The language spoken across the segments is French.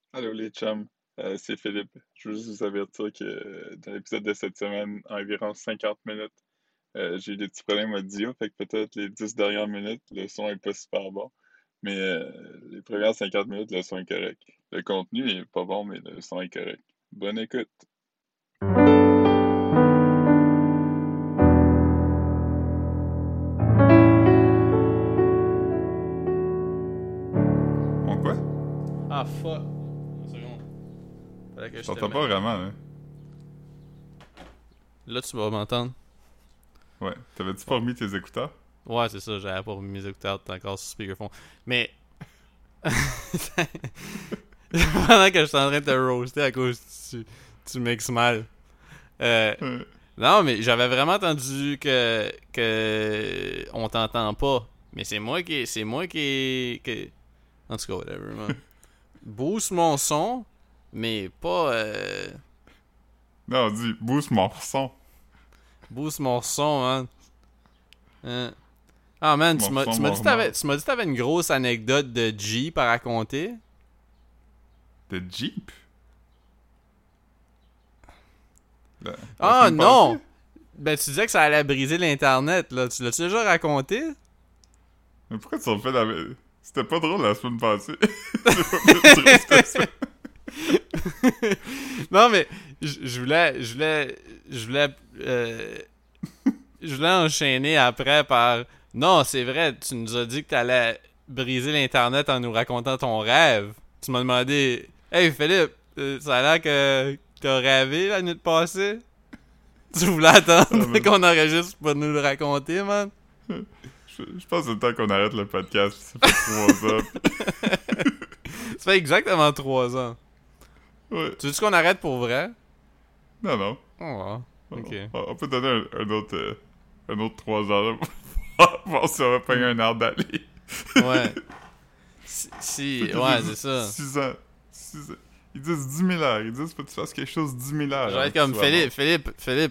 Allô les chums, c'est Philippe. Je veux juste vous avertir que dans l'épisode de cette semaine, environ 50 minutes, j'ai eu des petits problèmes audio, fait que peut-être les 10 dernières minutes, le son est pas super bon, mais les premières 50 minutes, le son est correct. Le contenu est pas bon, mais le son est correct. Bonne écoute. Mon quoi? Ah fuck. Une seconde. Fallait que Je je te t'entends pas mette. vraiment, hein? Là, tu vas m'entendre. Ouais. T'avais-tu pas Bon. remis tes écouteurs? Ouais, c'est ça, j'avais pas remis mes écouteurs, t'es encore sur speakerphone. Mais. Pendant que je suis en train de te roaster à cause que tu mixes mal. Euh, Ouais. non, mais j'avais vraiment entendu que on t'entend pas. Mais c'est moi qui. En tout cas, whatever, man. Boost mon son, mais pas. Non, dis, boost mon son. Boost mon son, man. Hein. Ah man, Mon son, tu m'as mon dit remords. tu m'as dit que t'avais une grosse anecdote de Jeep à raconter. De Jeep? La Ah semaine non! passée? Ben tu disais que ça allait briser l'internet là. Tu l'as-tu déjà raconté? Mais pourquoi tu refais la... C'était pas drôle la semaine passée. C'est pas plus drôle cette semaine. Non mais je voulais je voulais enchaîner après par non, c'est vrai, tu nous as dit que t'allais briser l'internet en nous racontant ton rêve. Tu m'as demandé "Hey Philippe, ça a l'air que t'as rêvé la nuit passée?" Tu voulais Ah, attendre man. qu'on enregistre pour nous le raconter, man? Je pense que c'est le temps qu'on arrête le podcast. Ça fait 3 ans. Ça fait exactement 3 ans. Ouais. Tu veux qu'on arrête pour vrai? Non, non. Oh, ok. On peut donner un autre 3 ans là, pour voir si on va payer un arbre d'aller. Ouais. Fait que Ouais, j'ai dit c'est ça. 6 ans. 6 ans. Ils disent 10 000 heures. Ils disent faut que tu fasses quelque chose 10 000 heures Je vais avant être que tu comme sois mort. Philippe,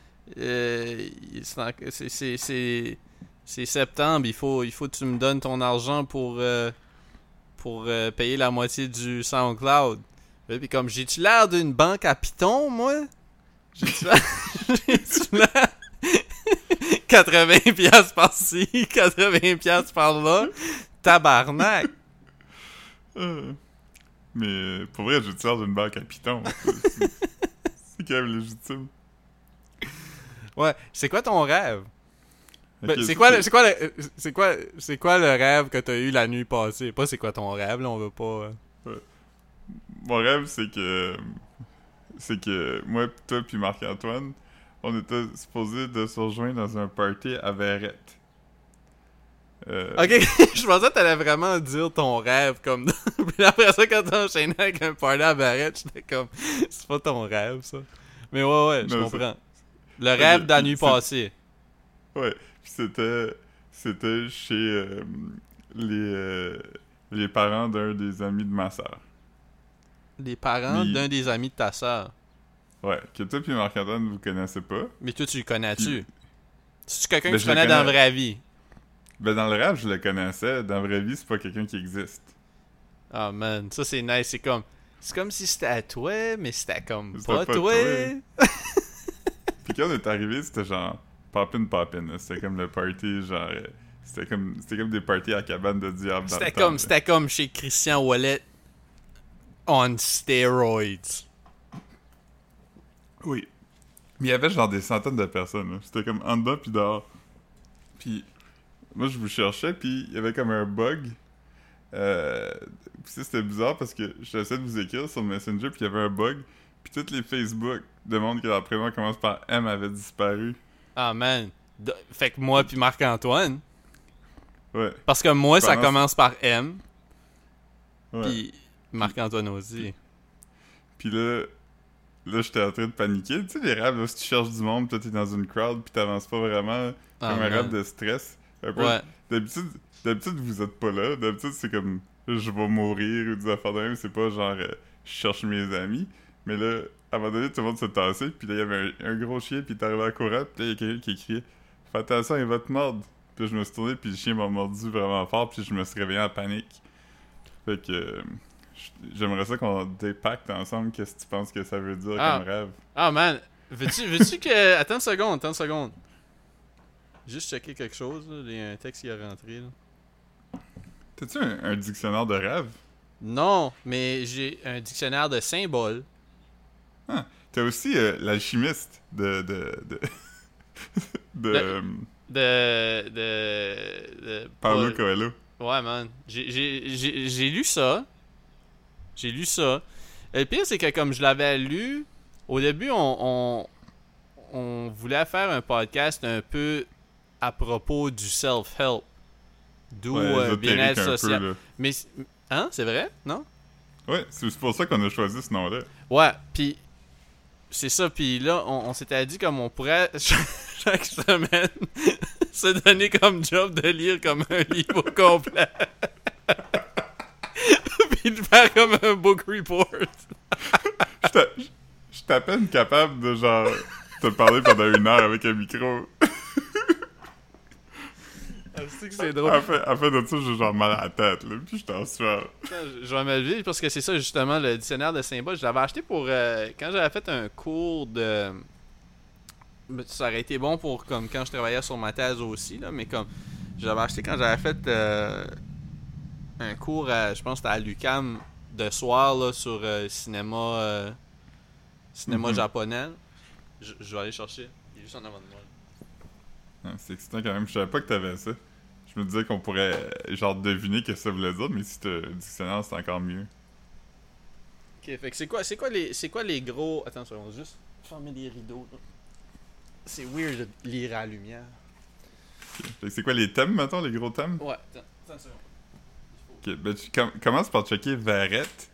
c'est septembre, il faut que tu me donnes ton argent pour payer la moitié du SoundCloud. Puis comme, j'ai-tu l'air d'une banque à Python, moi? J'ai-tu l'air... j'ai-tu l'air... 80$ piastres par-ci, 80$ par-là. Tabarnak. Euh, Mais pour vrai, je te sers d'une banque à Python. C'est quand même légitime. Ouais, c'est quoi ton rêve? Ok, Ben, ça, c'est... c'est quoi le rêve que t'as eu la nuit passée? Pas c'est quoi ton rêve, là, on veut pas... Ouais. Mon rêve, c'est que... C'est que moi, toi puis Marc-Antoine, on était supposés de se rejoindre dans un party à Verrette. Ok, je pensais que t'allais vraiment dire ton rêve, comme... Puis après ça, quand t'as enchaîné avec un party à Barrette, j'étais comme... C'est pas ton rêve, ça. Mais ouais, je Non, c'est... comprends. Le rêve Ok, de la puis nuit c'est... passée. Ouais, puis c'était chez les, euh, les parents d'un des amis de ma sœur. Les parents Mais, d'un des amis de ta sœur. ouais, que toi puis Marc-Antoine, vous connaissez pas. Mais toi, tu le Puis, connais-tu? C'est-tu quelqu'un que ben tu je le connais dans la connais... vraie vie? Ben dans le rêve, je le connaissais. Dans la vraie vie, c'est pas quelqu'un qui existe. Ah, man, ça c'est nice, c'est comme... C'est comme si c'était à toi, mais c'était comme C'était pas pas toi. toi. Puis quand on est arrivé, c'était genre poppin'. Là. C'était comme le party, genre... c'était comme des parties à cabane de diable dans le temps. Là. C'était comme chez Christian Wallet on steroids. Oui. Mais il y avait genre des centaines de personnes. Là. C'était comme en dedans puis dehors. Puis moi, je vous cherchais, puis il y avait comme un bug. Puis ça, c'était bizarre parce que j'essayais de vous écrire sur Messenger, puis il y avait un bug. Puis tous les Facebook de monde que leur prénom commence par M avaient disparu. Ah, man. Fait que moi puis Marc-Antoine. Ouais. Parce que moi, ça Pendant... commence par M. Ouais. Puis Marc-Antoine aussi. Puis là, j'étais en train de paniquer. Tu sais, les rêves, là, si tu cherches du monde, pis toi, t'es dans une crowd, puis t'avances pas vraiment, Ah, comme un rêve man. de stress. Un peu. Ouais. D'habitude, d'habitude, vous êtes pas là. D'habitude, c'est comme, je vais mourir ou des affaires de même. C'est pas genre, je cherche mes amis. Mais là, à un moment donné, tout le monde s'est tassé, puis là, il y avait un gros chien, puis il est arrivé à courir, puis là, il y a quelqu'un qui criait fais attention, il va te mordre. Puis là, je me suis tourné, puis le chien m'a mordu vraiment fort, puis je me suis réveillé en panique. Fait que J'aimerais ça qu'on dépacte ensemble qu'est-ce que tu penses que ça veut dire Ah. comme rêve. Ah, man. Veux-tu que. Attends une seconde. Juste checker quelque chose, là. Il y a un texte qui est rentré, là. T'as-tu un dictionnaire de rêve? Non, mais j'ai un dictionnaire de symboles. Ah, t'as aussi l'alchimiste de De- Paulo Paul. Coelho. Ouais, man. J'ai lu ça. J'ai lu ça. Et le pire, c'est que comme je l'avais lu, au début, on voulait faire un podcast un peu à propos du self-help. D'où Ouais, bien-être ésotérique un social. peu, là. Mais, hein, c'est vrai? Non? Ouais, c'est pour ça qu'on a choisi ce nom-là. Ouais, puis c'est ça. Puis là, on s'était dit comme on pourrait chaque semaine se donner comme job de lire comme un livre au complet. Puis de faire comme un book report. Je suis à peine capable de, genre, te parler pendant 1 heure avec un micro. C'est drôle. En fait de ça, j'ai genre mal à la tête, là, puis je t'en sueur. Je vais me lever parce que c'est ça justement le dictionnaire de symboles. Je l'avais acheté pour quand j'avais fait un cours de. Ça aurait été bon pour comme quand je travaillais sur ma thèse aussi là, mais comme je l'avais acheté quand j'avais fait un cours je pense que c'était à l'UQAM de soir là sur cinéma japonais. Je vais aller chercher. Il est juste en avant de moi. C'est excitant quand même, je savais pas que t'avais ça. Je me disais qu'on pourrait, genre, deviner ce que ça voulait dire, mais si t'as un dictionnaire, c'est encore mieux. Ok, fait que c'est quoi les gros. Attends, on va juste fermer les rideaux là. C'est weird de lire à la lumière. Okay. Fait que c'est quoi les thèmes, mettons, les gros thèmes? Ouais, attends une seconde. Ok, ben tu commences par checker Varette.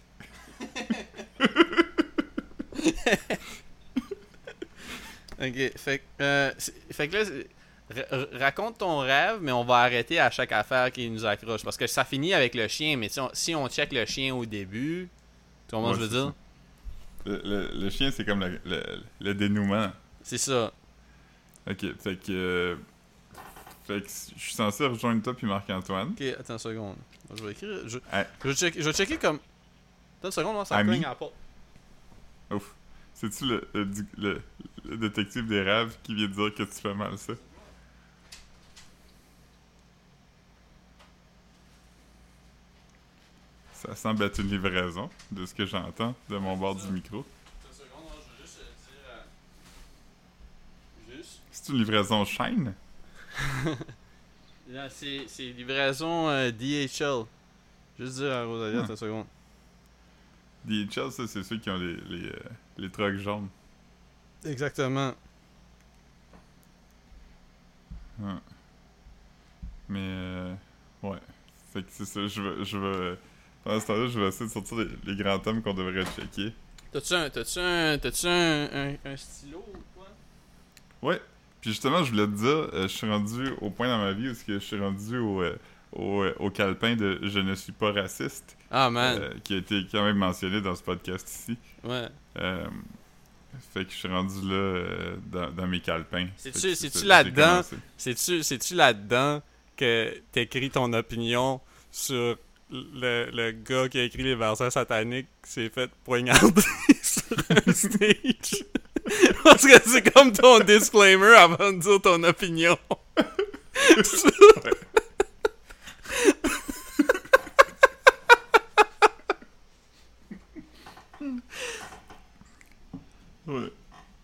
Ok, fait que là, raconte ton rêve, mais on va arrêter à chaque affaire qui nous accroche. Parce que ça finit avec le chien, mais si on check le chien au début, tu comprends ce que je veux dire? Le chien, c'est comme le dénouement. C'est ça. Ok, fait que je suis censé rejoindre toi puis Marc-Antoine. Ok, attends une seconde. Je vais écrire. Hey. Je vais checker comme. Attends une seconde, moi, ça Ami. cogne à la porte. Ouf. C'est-tu le détective des rêves qui vient de dire que tu fais mal ça? Ça semble être une livraison, de ce que j'entends, de mon bord du micro. Attends une seconde, moi, je vais juste dire. Juste. C'est une livraison chaîne? Là, c'est livraison DHL. Juste dire à Rosalie, attends une seconde. DHL, ça, c'est ceux qui ont les trucks jaunes. Exactement. Ouais. Mais, ouais. Fait que c'est ça, je vais... Pendant ce temps-là, je vais essayer de sortir les grands thèmes qu'on devrait checker. T'as-tu un stylo ou quoi? Ouais. Puis justement, je voulais te dire, je suis rendu au point dans ma vie où je suis rendu au calepin de « Je ne suis pas raciste Ah, man. qui a été quand même mentionné dans ce podcast ici. Ouais. Fait que je suis rendu là dans mes calepins. C'est-tu là-dedans? C'est-tu là-dedans que t'écris ton opinion sur le gars qui a écrit les versets sataniques qui s'est fait poignarder sur un stage? Parce que c'est comme ton disclaimer avant de dire ton opinion. Ouais.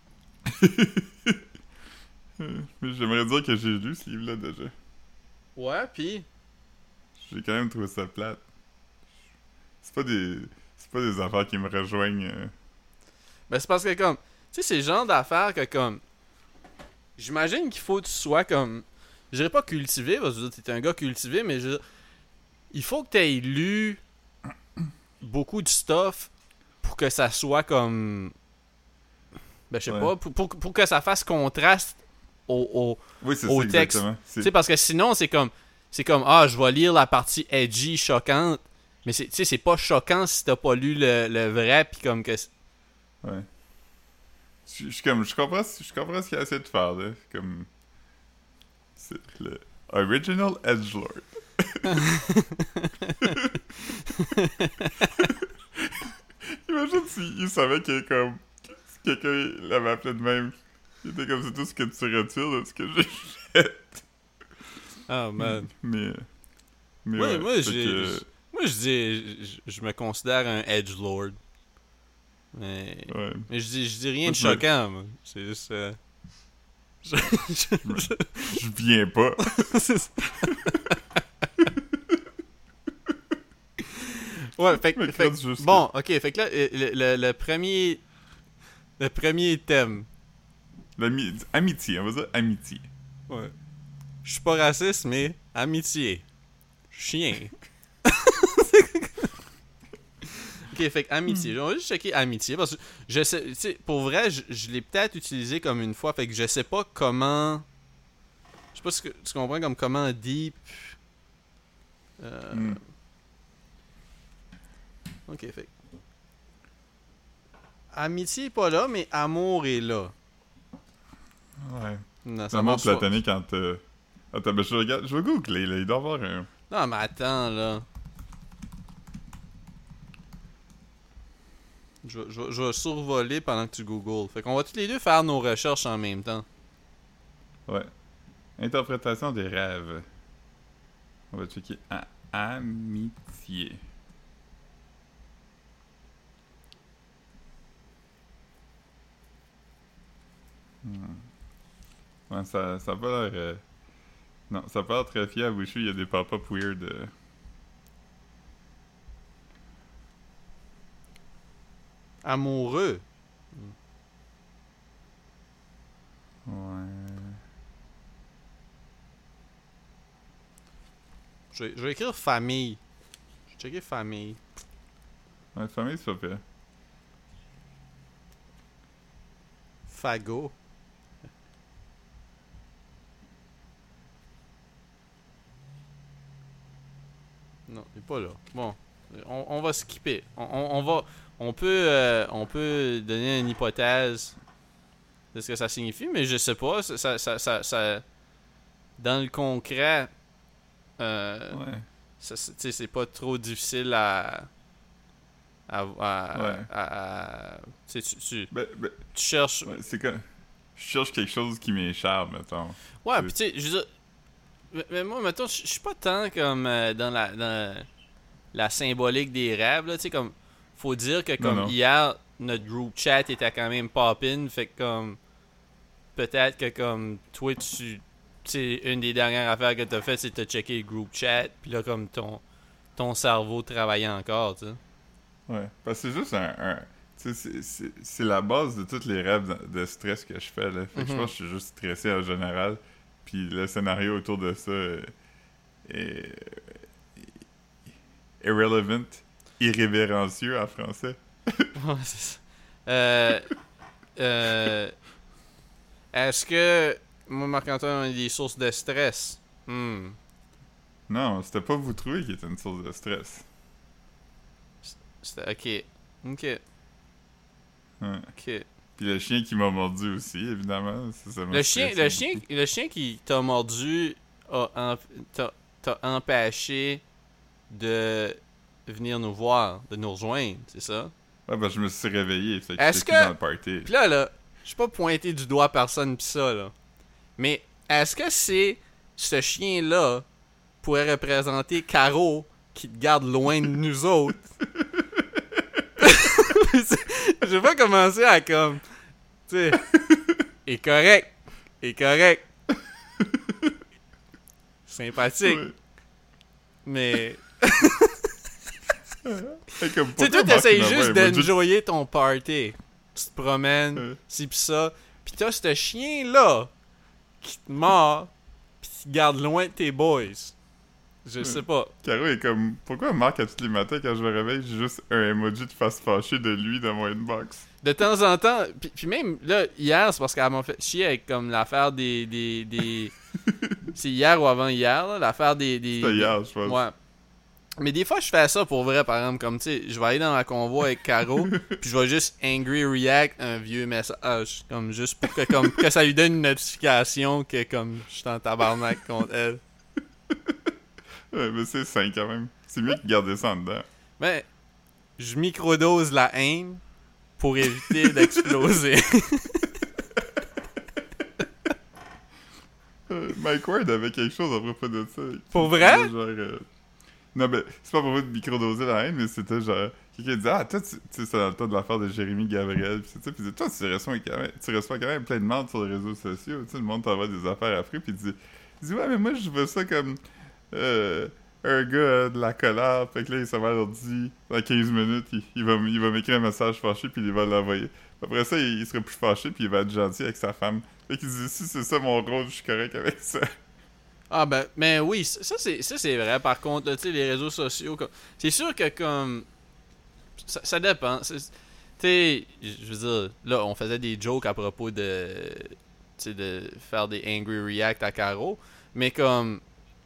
Mais j'aimerais dire que j'ai lu ce livre-là déjà. Ouais, pis... J'ai quand même trouvé ça plate. C'est pas des affaires qui me rejoignent. Ben, c'est parce que, comme... Tu sais, c'est le genre d'affaires que, comme... J'imagine qu'il faut que tu sois, comme... Je dirais pas cultivé, parce que t'es un gars cultivé, mais je veux dire, il faut que t'aies lu beaucoup de stuff pour que ça soit, comme... Ben, je sais pas, pour que ça fasse contraste Oui, c'est au ça, texte. exactement. Tu sais, parce que sinon, c'est comme, ah, je vais lire la partie edgy, choquante. Mais tu sais, c'est pas choquant si t'as pas lu le vrai, pis comme que. Ouais. Je comprends ce qu'il a essayé de faire, là. Comme. C'est le Original Edgelord. Imagine s'il savait que comme si quelqu'un l'avait appelé de même. Il était comme c'est tout ce que tu retires de ce que j'ai fait. Oh man. Mais Moi, ouais. moi je dis, je me considère un edgelord. Mais Ouais. mais je dis rien de Moi, choquant, moi. C'est juste je viens pas. Ouais, fait Mais que juste bon, ok, fait que là le premier thème. Amitié, on va dire amitié. Ouais. Je suis pas raciste, mais amitié. Chien. Ok, fait que amitié. On va juste checker amitié parce que je sais, tu sais, pour vrai, je l'ai peut-être utilisé comme une fois, fait que je sais pas comment. Je sais pas si tu comprends comme comment deep. Ok, fait que amitié est pas là, mais amour est là. Ouais. Non, ça L'amour marche pas. platonique quand attends, ben je regarde, je vais googler, là, il doit y avoir un... Non, mais attends, là. Je vais survoler pendant que tu googles. Fait qu'on va tous les deux faire nos recherches en même temps. Ouais. Interprétation des rêves. On va checker amitié. Ouais, ça a pas l'air... Non, ça a pas l'air très fiable. Il y a des pop-up weird. Amoureux. Ouais... Je vais écrire famille. Je vais checker famille. Ouais, famille, c'est pas pire. Fagot. Non, il est pas là. Bon, on va skipper. On peut donner une hypothèse de ce que ça signifie, mais je sais pas. Dans le concret, Ouais. c'est pas trop difficile Ben, tu cherches. ouais, c'est comme... Je cherche quelque chose qui m'échappe, mettons. Ouais, puis tu sais, je veux dire, mais moi, mettons, je suis pas tant comme dans la symbolique des rêves, là, tu sais, comme, faut dire que comme Non. hier, notre group chat était quand même pop-in, fait que comme, peut-être que comme, toi, tu sais, une des dernières affaires que t'as fait, c'est de checker le group chat, puis là, comme, ton cerveau travaillait encore, tu sais. Ouais, parce que c'est juste tu sais, c'est la base de tous les rêves de stress que je fais, là. Fait que je pense que je suis juste stressé en général. Puis le scénario autour de ça est irrelevant, irrévérencieux en français. Ouais, c'est ça. Est-ce que moi, Marc-Antoine, on a des sources de stress? Non, c'était pas vous trouver qui était une source de stress. Ok. Ok. Ouais. Ok. Puis le chien qui m'a mordu aussi, évidemment. Ça m'a stressé. Le chien qui t'a mordu t'a empêché de venir nous voir, de nous rejoindre, c'est ça? Ouais, ben je me suis réveillé, fait que Est-ce j'étais que... plus dans le party. Pis là, je suis pas pointé du doigt personne pis ça, là. Mais est-ce que c'est ce chien-là pourrait représenter Caro qui te garde loin de nous autres? Je vais pas commencer à comme... Tu sais... est correct. Sympathique. Ouais. Mais... Fait comme, Tu sais, pourquoi toi, Marc, t'essayes il m'envoie juste un emoji? d'enjoyer ton party. Tu te promènes, ci pis ça. Pis t'as ce chien-là qui te mord pis qui te garde loin de tes boys. Je sais pas. Caro est comme, pourquoi Marc, à tous les matins, quand je me réveille, j'ai juste un emoji de face fâchée de lui dans mon inbox? De temps en temps, pis même, là, hier, c'est parce qu'elle m'a fait chier avec comme l'affaire des... C'est hier ou avant-hier, là, l'affaire des... C'était hier, je pense. Ouais. Mais des fois, je fais ça pour vrai, par exemple, comme, tu sais, je vais aller dans ma convoi avec Caro, puis je vais juste angry react un vieux message, comme, juste pour que ça lui donne une notification que, comme, je suis en tabarnak contre elle. Ouais, mais c'est sain quand même. C'est mieux que de garder ça en dedans. Ben, je microdose la haine pour éviter d'exploser. Mike Ward avait quelque chose à propos de ça. Pour vrai? Genre, non, mais c'est pas pour vous de microdoser la haine, mais c'était genre... Quelqu'un disait, ah, toi, tu sais, c'est dans le temps de l'affaire de Jérémy Gabriel, pis c'est ça, pis il disait, toi, tu reçois quand même plein de merde sur les réseaux sociaux, tu sais, le monde t'envoie des affaires après, pis il dit, ouais, mais moi, je vois ça comme un gars de la colère, fait que là, il s'en va l'ordi, dans 15 minutes, il va m'écrire un message fâché, puis il va l'envoyer. Après ça, il sera plus fâché, puis il va être gentil avec sa femme. Fait qu'il dit, si c'est ça mon rôle, je suis correct avec ça. Ah ben, mais oui, ça c'est vrai. Par contre, tu sais, les réseaux sociaux, c'est sûr que comme ça dépend. Tu sais, je veux dire, là, on faisait des jokes à propos de, tu sais, de faire des angry react à Caro, mais comme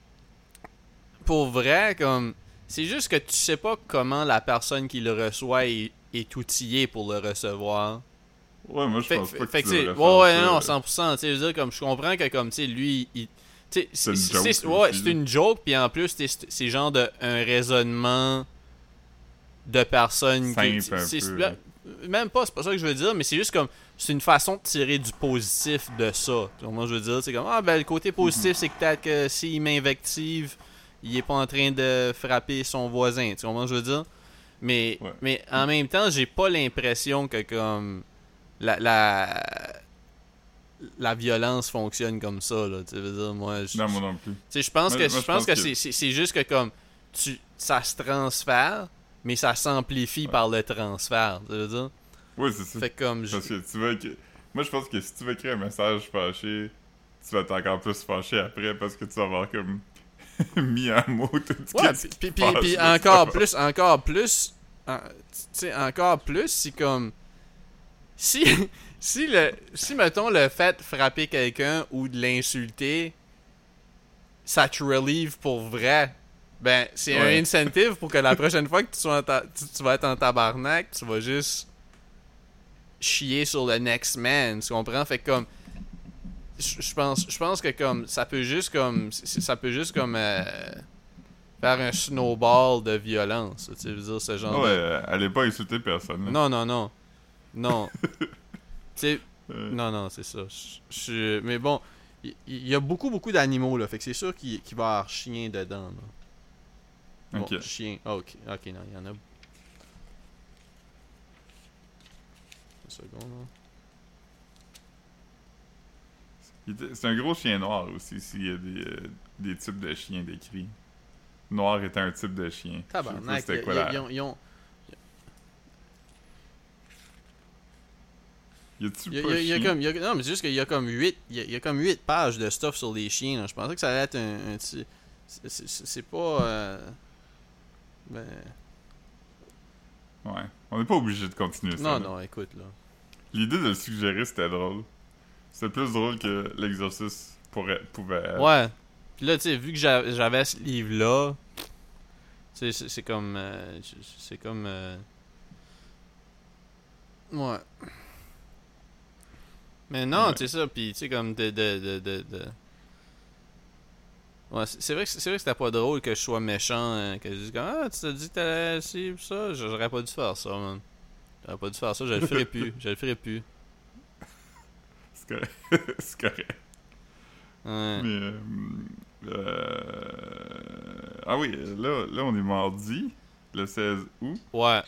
pour vrai, comme c'est juste que tu sais pas comment la personne qui le reçoit est outillée pour le recevoir. Ouais, moi, je pense pas que Fait tu que, devrais ouais, ouais, faire non, ça. 100%, tu sais, je veux dire, comme, je comprends que, comme, tu sais, lui, tu sais, C'est une joke ouais, aussi. c'est une joke, puis en plus, c'est genre de, un raisonnement de personne Simple un peu. Là. même pas, c'est pas ça que je veux dire, mais c'est juste comme, c'est une façon de tirer du positif de ça. Moi, je veux dire, c'est comme, ah, ben, le côté positif, c'est que peut-être que s'il m'invective, il est pas en train de frapper son voisin, tu comprends ce que je veux dire? Ouais. Mais en même temps, j'ai pas l'impression que, comme, la, la, la violence fonctionne comme ça, là. Tu veux dire, moi, Non, moi non plus. je pense que, Moi, je pense que c'est juste que, comme, ça se transfère, mais ça s'amplifie par le transfert, tu veux dire? Oui, c'est ça. Fait que, comme, Parce que tu vas... Moi, je pense que si tu veux écrire un message fâché, tu vas être encore plus fâché après parce que tu vas avoir comme mis en mots tout ce ouais, qui puis encore plus, tu sais, encore plus, si comme, si, si mettons le fait de frapper quelqu'un ou de l'insulter, ça te relieve pour vrai, ben, c'est Ouais. un incentive pour que la prochaine fois que tu vas être en tabarnak, tu vas juste chier sur le next man, tu comprends? Fait que comme, je pense que comme, ça peut juste comme, faire un snowball de violence, tu veux dire, ce genre Ouais, de... allez pas insulter personne. Là. Non, non, non. Non. Tu sais, Euh, non, non, c'est ça. Mais bon, il y a beaucoup, beaucoup d'animaux, là. Fait que c'est sûr qu'il va y avoir chien dedans, là. Bon, ok. chien. Ah, ok, ok, non, il y en a. Une seconde, là. C'est un gros chien noir aussi, s'il y a des types de chiens décrits. Noir est un type de chien. Je sais pas Tabarnak, c'était quoi la... ils ont... Y a-tu Il y a, pas il y a chien? comme, non, mais c'est juste qu'il y a comme 8 il y a comme 8 pages de stuff sur les chiens, là. Je pensais que ça allait être un petit... C'est pas... ben... Ouais. On n'est pas obligé de continuer ça. Non, là. non, écoute, là. L'idée de le suggérer, c'était drôle. C'était plus drôle que l'exercice pouvait être. Ouais. Puis là, tu sais, vu que j'avais ce livre-là, tu sais, c'est comme... c'est comme... Ouais. Mais non, Ouais. tu sais ça, puis tu sais, comme de... Ouais, c'est vrai que c'était pas drôle que je sois méchant, que je dise comme, ah, tu t'as dit que t'allais ci, pis ça, j'aurais pas dû faire ça, man. J'aurais pas dû faire ça, je le ferais plus, je le ferais plus. C'est correct. C'est correct. Ouais. Mais, ah oui, là, on est mardi, le 16 août. Ouais.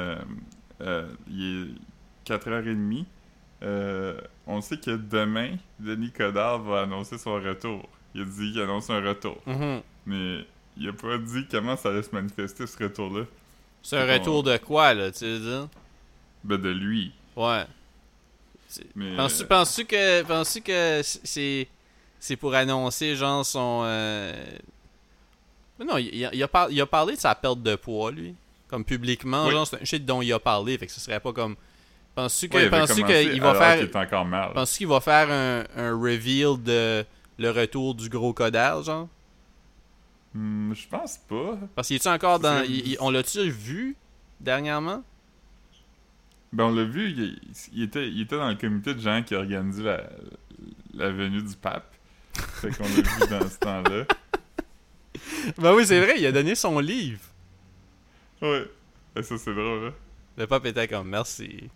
Il est 4h30. On sait que demain, Denis Coderre va annoncer son retour. Il a dit qu'il annonce un retour. Mhm. Mais il a pas dit comment ça allait se manifester, ce retour-là. C'est un retour de quoi, là, tu veux dire? Ben, de lui. Ouais. Mais, Penses-tu que c'est pour annoncer, genre, son... Mais non, il a parlé de sa perte de poids, lui. Comme publiquement, Oui. genre, c'est un shit dont il a parlé, fait que ce serait pas comme... Penses-tu ouais, il avait qu'il commencé va alors faire... qu'il est encore mal. Penses-tu qu'il va faire un reveal de le retour du gros codage, genre? Je pense pas. Parce qu'il est encore Ça dans... serait- on l'a-tu vu dernièrement? Ben, on l'a vu, il était dans le comité de gens qui a organisé la venue du pape. Fait qu'on l'a vu dans ce temps-là. Ben oui, c'est vrai, il a donné son livre. Ouais. Et ça, c'est drôle, hein? Le pape était comme, merci.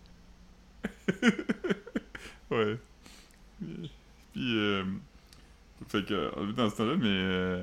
Ouais. Puis, fait que, on est dans ce temps-là, mais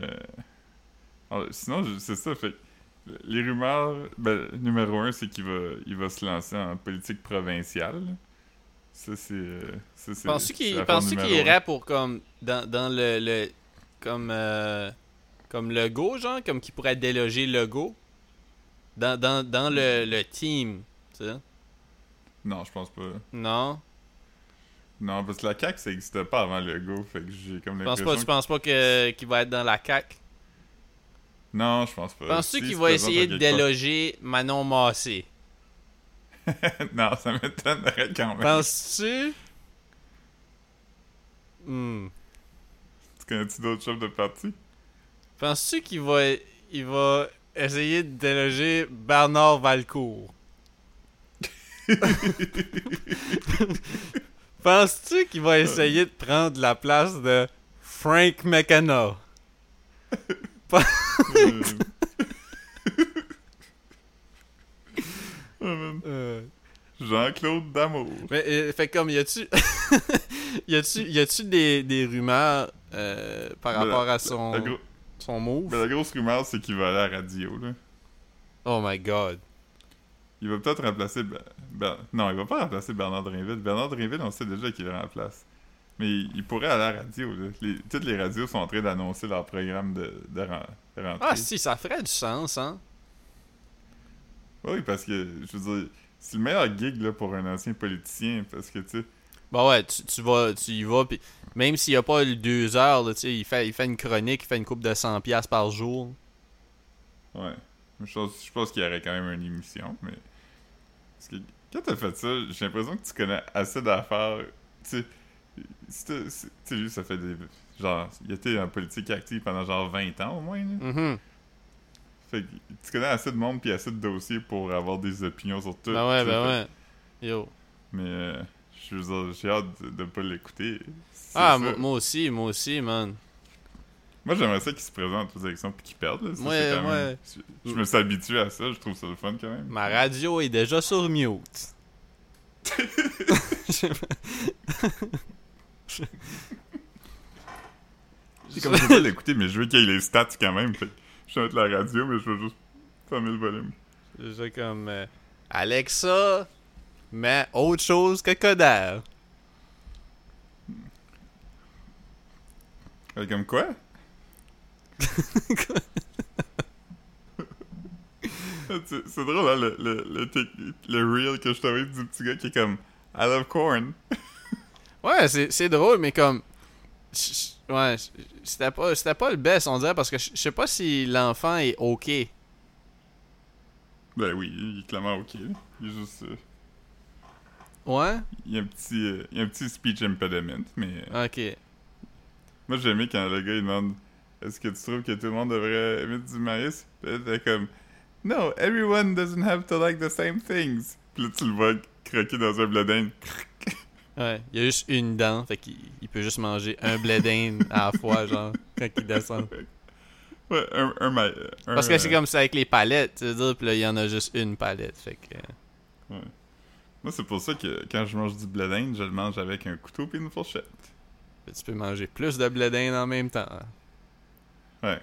sinon, c'est ça, fait que les rumeurs, ben, numéro un, c'est il va se lancer en politique provinciale. Ça, c'est l'affaire Penses-tu qu'il numéro un. irait pour comme dans comme comme Legault, genre, comme qu'il pourrait déloger Legault dans le team, tu sais? Non, je pense pas. Non? Non, parce que la CAQ, ça existait pas avant le go, fait que j'ai comme Tu l'impression penses pas qu'il va être dans la CAQ? Non, je pense pas. Penses-tu S'il qu'il se va présente à essayer de quelque part- déloger Manon Massé? Non, ça m'étonnerait quand même. Penses-tu? Hmm. Tu connais-tu d'autres chefs de parti? Penses-tu il va essayer de déloger Bernard Valcourt? Penses-tu qu'il va essayer de prendre la place de Frank McKenna? Euh, oh, man. Jean-Claude Damour. Mais fait comme y a-tu y a-tu des rumeurs par Mais rapport à la gro- son move? mais la grosse rumeur, c'est qu'il va aller à la radio, là. Oh my god. Il va peut-être remplacer... Non, il va pas remplacer Bernard Drinville. Bernard Drinville, on sait déjà qu'il le remplace. Mais il pourrait aller à la radio, là. Toutes les radios sont en train d'annoncer leur programme de rentrée. Ah si, ça ferait du sens, hein? Oui, parce que, je veux dire, c'est le meilleur gig là, pour un ancien politicien, parce que, tu sais... Bah ouais, tu y vas, pis même s'il y a pas le 2 heures, là, tu sais, il fait une chronique, il fait une coupe de 100$ par jour. Ouais. Je pense qu'il y aurait quand même une émission, mais... Parce que quand t'as fait ça, j'ai l'impression que tu connais assez d'affaires. Tu sais, lui, ça fait des... Genre, il était en politique active pendant genre 20 ans au moins, là. Mhm. Fait que tu connais assez de monde puis assez de dossiers pour avoir des opinions sur tout. Ben ouais, tu sais, ben fait- ouais. Yo. Mais, je veux dire, j'ai hâte de pas l'écouter. C'est Ah, ça. moi aussi, man. Moi, j'aimerais ça qu'il se présente aux élections puis qu'il perde, là. Ça, Ouais, c'est quand même... ouais. Je me suis habitué à ça, je trouve ça le fun quand même. Ma radio est déjà sur mute. Comme je veux pas l'écouter, mais je veux qu'il y ait les stats quand même. Fait que je vais mettre la radio, mais je veux juste fermer le volume. C'est comme Alexa, mais autre chose que Coder. Comme quoi? C'est drôle, hein, le reel que je t'avais dit du petit gars qui est comme I love corn. Ouais, c'est drôle, mais comme ouais, c'était pas le best, on dirait, parce que je sais pas si l'enfant est ok. Ben oui, il est clairement ok. Là. Il est juste. Ouais? Il y a un petit speech impediment, mais. Ok. Moi j'ai aimé quand le gars il demande est-ce que tu trouves que tout le monde devrait aimer du maïs? Puis là, t'es comme No, everyone doesn't have to like the same things. Puis là tu le vois croquer dans un blé d'Inde. Ouais, il y a juste une dent, fait qu'il peut juste manger un blé d'Inde à la fois, genre, quand il descend. Ouais, Parce que c'est comme ça avec les palettes, tu veux dire, pis là, il y en a juste une palette, fait que... Ouais. Moi, c'est pour ça que quand je mange du blé d'Inde, je le mange avec un couteau et une fourchette. Tu peux manger plus de blé d'Inde en même temps. Ouais.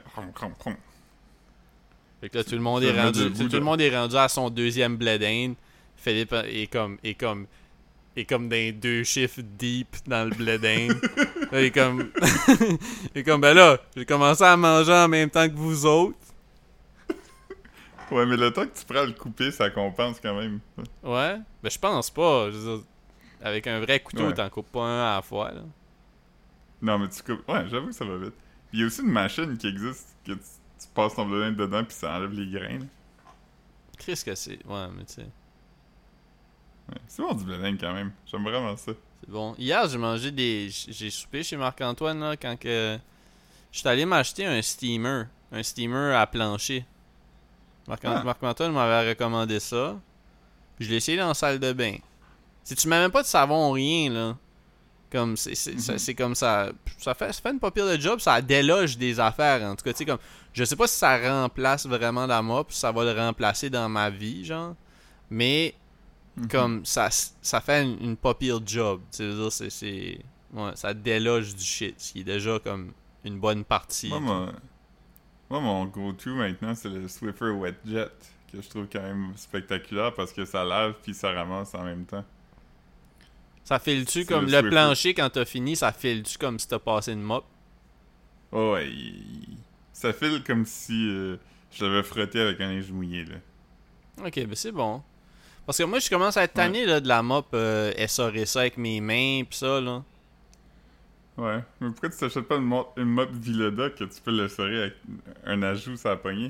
Fait que là, tout le monde Ça est met rendu, debout, tout le monde est rendu à son deuxième blé d'Inde. Philippe est comme dans les 2 chiffres deep dans le blé d'Inde. Là, il est comme... il est comme, ben là, j'ai commencé à manger en même temps que vous autres. Ouais, mais le temps que tu prends à le couper, ça compense quand même. Ouais? Ben, je pense pas. Je veux dire, avec un vrai couteau, Ouais. t'en coupes pas un à la fois, là. Non, mais tu coupes. Ouais, j'avoue que ça va vite. Puis il y a aussi une machine qui existe que tu passes ton blé d'Inde dedans puis ça enlève les grains. Là. Qu'est-ce que c'est? Ouais, mais tu sais, Ouais. C'est bon du blé d'Inde quand même. J'aime vraiment ça. c'est bon. Hier, j'ai mangé j'ai soupé chez Marc-Antoine, là, quand que... J'étais allé m'acheter un steamer. Un steamer à plancher. Ah. Marc-Antoine m'avait recommandé ça. Puis je l'ai essayé dans la salle de bain. Si tu mets même pas de savon, rien, là. Comme, c'est comme ça. Ça fait une pas pire de job, ça déloge des affaires. En tout cas, tu sais, comme. Je sais pas si ça remplace vraiment la mop, si ça va le remplacer dans ma vie, genre. Mais, comme, ça fait une pas pire job. Tu sais, c'est. Ouais, ça déloge du shit, ce qui est déjà comme une bonne partie. Moi, mon go-to maintenant, c'est le Swiffer Wet Jet, que je trouve quand même spectaculaire parce que ça lave puis ça ramasse en même temps. Ça file-tu C'est comme le le Swiffer. plancher quand t'as fini, ça file-tu comme si t'as passé une mop? Oh, ouais, ça file comme si je l'avais frotté avec un linge mouillé, là. Ok, ben c'est bon. Parce que moi, je commence à être tanné là, de la mop essorer ça avec mes mains pis ça, là. Ouais, mais pourquoi tu t'achètes pas une mop Vileda que tu peux le serrer avec un ajout sur la poignée?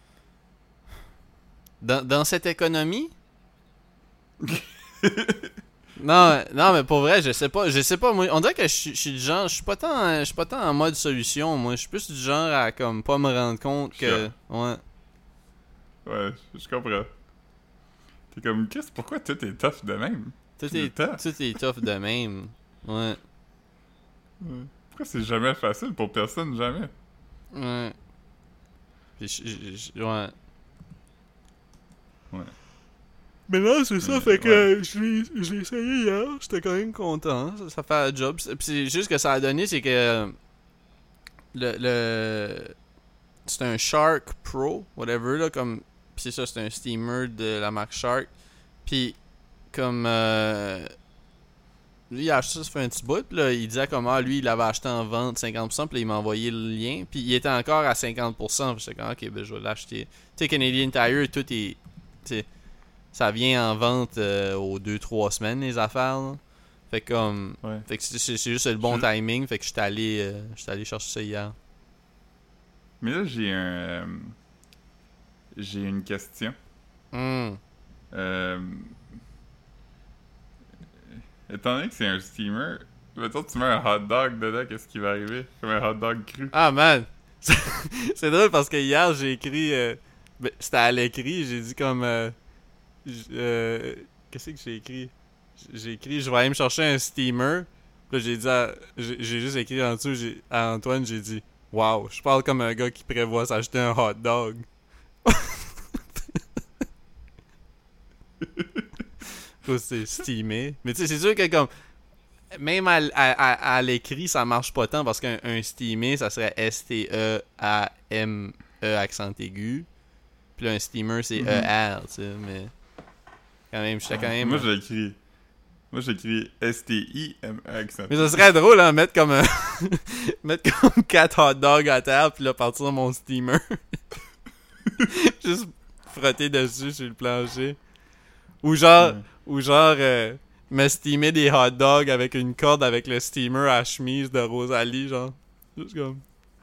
Dans cette économie? Non, mais pour vrai, je sais pas, moi, on dirait que je suis du genre, je suis pas tant en mode solution, moi, je suis plus du genre à comme pas me rendre compte que, ouais. Ouais, je comprends. T'es comme, qu'est-ce, pourquoi tout est tough de même? Tout est tough de même, ouais. Pourquoi c'est jamais facile pour personne, jamais? Ouais. Puis ouais. Ouais. Mais là, c'est ça, fait que je l'ai essayé hier, j'étais quand même content, ça fait le job. Puis c'est juste que ça a donné, c'est que c'est un Shark Pro, whatever, là, comme, pis c'est ça, c'est un steamer de la marque Shark. Puis comme, lui, il a acheté ça, ça fait un petit bout, pis là, il disait comme, lui, il l'avait acheté en vente 50%, pis là, il m'a envoyé le lien, puis il était encore à 50%, pis j'étais comme, ok, ben je vais l'acheter. Tu sais, Canadian Tire, tout est, tu sais, ça vient en vente aux 2-3 semaines, les affaires, là. Fait que comme, fait que c'est juste le bon timing, fait que j'étais allé chercher ça hier. Mais là, j'ai une question. Étant donné que c'est un steamer, mettons tu mets un hot dog dedans, qu'est-ce qui va arriver? Comme un hot dog cru. Ah man! C'est drôle parce que hier j'ai écrit, c'était à l'écrit, j'ai dit comme, qu'est-ce que j'ai écrit? J'ai écrit, je vais aller me chercher un steamer. Puis là, j'ai juste écrit en dessous, à Antoine, j'ai dit, wow, je parle comme un gars qui prévoit s'acheter un hot dog. C'est steamé. Mais tu sais, c'est sûr que comme, même à l'écrit, ça marche pas tant parce qu'un steamé, ça serait S-T-E-A-M-E accent aigu. Puis là, un steamer, c'est E-R, tu sais, mais quand même, j'étais quand même... Moi, j'ai écrit S-T-I-M-E accent. Mais ça serait drôle, hein, mettre comme 4 hot dogs à terre, puis là, partir dans mon steamer. Juste frotter dessus sur le plancher. Ou genre, me steamer des hot dogs avec une corde avec le steamer à chemise de Rosalie, genre. Juste comme...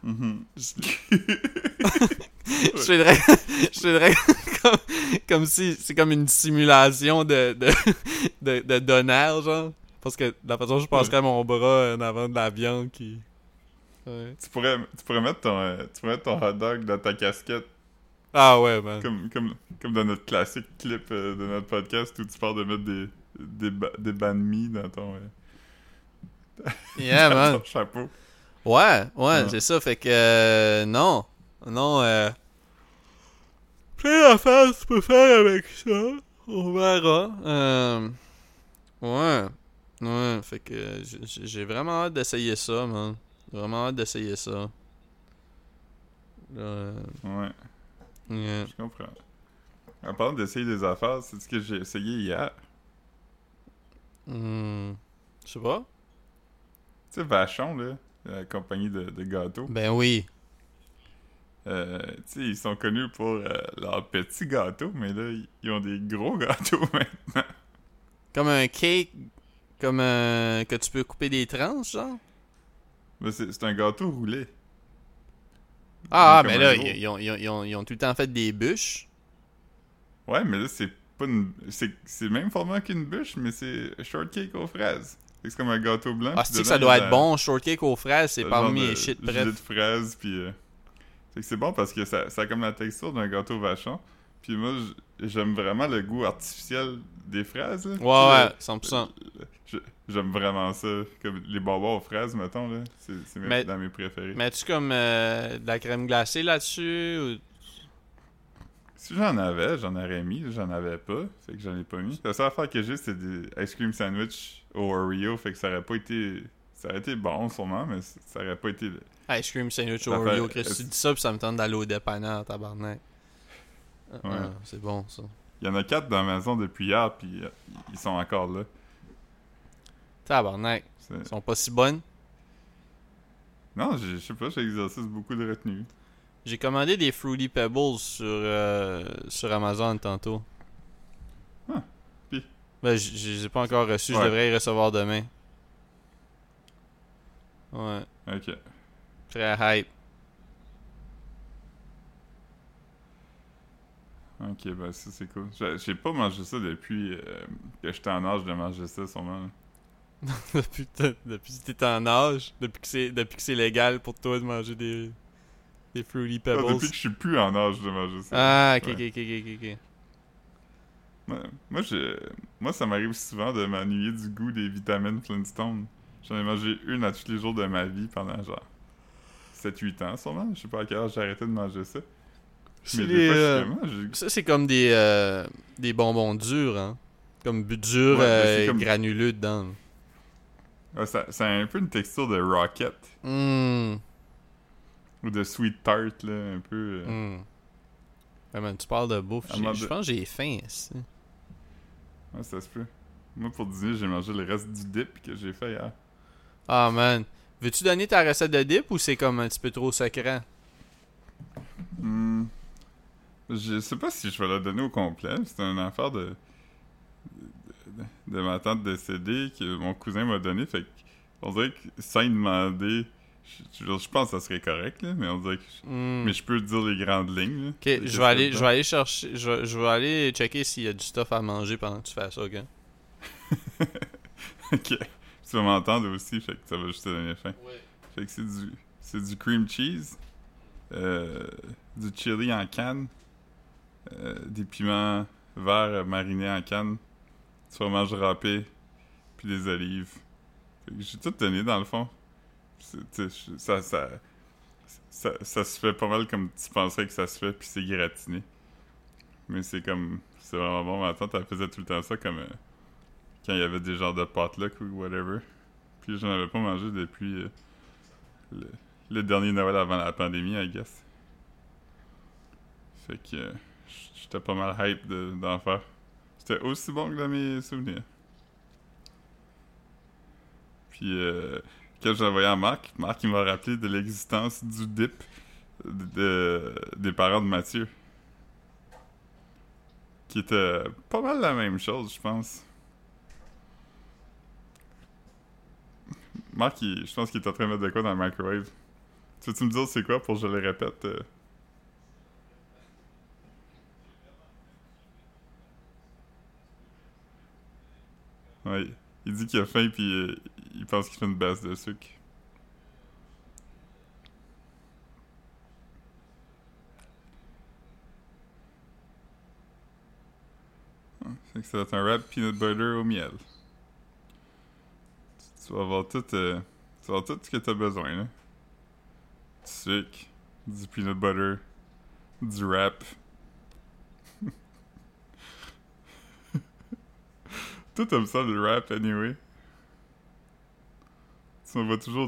Je dirais comme si c'est comme une simulation de donneur, genre. Parce que de la façon je passerais mon bras en avant de la viande qui... Ouais. Tu pourrais mettre ton hot dog dans ta casquette. Ah ouais, man. Comme dans notre classique clip de notre podcast où tu parles de mettre des banh mi dans ton, yeah, dans man. ton chapeau. Ouais, c'est ça. Fait que non, plein d'affaires tu peux faire avec ça. On verra. Ouais, fait que j'ai vraiment hâte d'essayer ça, man. Vraiment hâte d'essayer ça. Ouais. Yeah. Je comprends. En parlant d'essayer des affaires, c'est ce que j'ai essayé hier. Je sais pas. Tu sais, Vachon, là, la compagnie de gâteaux. Ben oui. Tu sais, ils sont connus pour leurs petits gâteaux, mais là, ils ont des gros gâteaux maintenant. Comme un cake, comme que tu peux couper des tranches, genre? Ben, c'est un gâteau roulé. Mais là, ils ont tout le temps fait des bûches. Ouais, mais là, c'est pas une... C'est le même format qu'une bûche, mais c'est shortcake aux fraises. C'est comme un gâteau blanc. Ah, c'est que ça doit être bon. Shortcake aux fraises, c'est parmi mes shit bref. Gelée de fraises, puis... c'est que c'est bon parce que ça a comme la texture d'un gâteau Vachon. Puis moi, j'aime vraiment le goût artificiel des fraises, là. Tu sais, Ouais, 100%. j'aime vraiment ça. Comme les bonbons aux fraises, mettons, là. C'est Mais, dans mes préférés. mets-tu comme de la crème glacée là-dessus? Si j'en aurais mis. J'en avais pas. Fait que j'en ai pas mis. La seule affaire que j'ai, c'est des ice cream sandwich au Oreo. Fait que ça aurait pas été... Ça aurait été bon, sûrement, mais ça aurait pas été... Ice cream sandwich Ça Oreo, fait- Chris, tu dis ça pis ça me tente d'aller au dépanneur, tabarnak. Ouais. C'est bon, ça. Il y en a 4 dans la maison depuis hier, puis ils sont encore là. Tabarnak. C'est- Ils sont pas si bonnes. Non, je sais pas, j'exerce beaucoup de retenue. J'ai commandé des Fruity Pebbles sur Amazon tantôt. Ah, pis? Ben, je les ai pas encore reçus, je Ouais. devrais les recevoir demain. Ouais, Ok. très hype. Ok, ben ça c'est cool. J'ai pas mangé ça depuis que j'étais en âge de manger ça, sûrement. Depuis que t'es en âge, depuis que c'est légal pour toi de manger des Fruity Ah, Pebbles. depuis que je suis plus en âge de manger ça. Ah, ok, Ouais. ok. Ouais. Moi, ça m'arrive souvent de m'ennuyer du goût des vitamines Flintstone. J'en ai mangé une à tous les jours de ma vie pendant genre 7-8 ans, sûrement. Je sais pas à quel âge j'ai arrêté de manger ça. C'est Mais les, des fois, je mange. ça, c'est comme des bonbons durs, hein. Comme dur, Ouais, mais c'est comme- granuleux dedans. Ah, ça a un peu une texture de Rocket. Hum. Ou de Sweet Tart, là, un peu. Ouais, man, tu parles de bouffe. À un moment Je pense que j'ai faim ici. Ouais, ça se peut. Moi, pour dîner, j'ai mangé le reste du dip que j'ai fait hier. Ah, man. Veux-tu donner ta recette de dip ou c'est comme un petit peu trop secret? Hmm. Je sais pas si je vais la donner au complet. C'est une affaire de ma tante décédée que mon cousin m'a donné. Fait on dirait que sans y demander, je pense que ça serait correct, là, mais on dirait que. Hmm. Mais je peux te dire les grandes lignes. Là, Ok, de je qu'est-ce qu'il y a vais dedans. aller chercher. Je vais aller checker s'il y a du stuff à manger pendant que tu fais ça, ok? Ok. Tu vas m'entendre aussi, fait que ça va juste te donner faim. Ouais. Fait que c'est du cream cheese, du chili en canne, des piments verts marinés en canne, du fromage râpé, puis des olives. Fait que j'ai tout donné dans le fond. Tu sais, ça se fait pas mal comme tu penserais que ça se fait, puis c'est gratiné. Mais c'est vraiment bon. Ma tante, elle faisait tout le temps ça comme quand il y avait des genres de potluck ou whatever. Puis j'en avais pas mangé depuis le dernier Noël avant la pandémie, I guess. Fait que j'étais pas mal hype d'en faire. C'était aussi bon que dans mes souvenirs. Puis quand j'ai envoyé à Marc, il m'a rappelé de l'existence du dip des parents de Mathieu. Qui était pas mal la même chose, je pense. Marc, je pense qu'il est en train de mettre de quoi dans le microwave. Tu veux-tu me dire c'est quoi pour que je le répète? Ouais. Il dit qu'il a faim puis il pense qu'il fait une baisse de sucre. Fait que ça va être un wrap peanut butter au miel. Tu vas avoir tout, tu vas avoir tout ce que t'as besoin, là. Du sucre, du peanut butter, du wrap. Tout comme ça, le wrap, anyway. Tu m'envoies toujours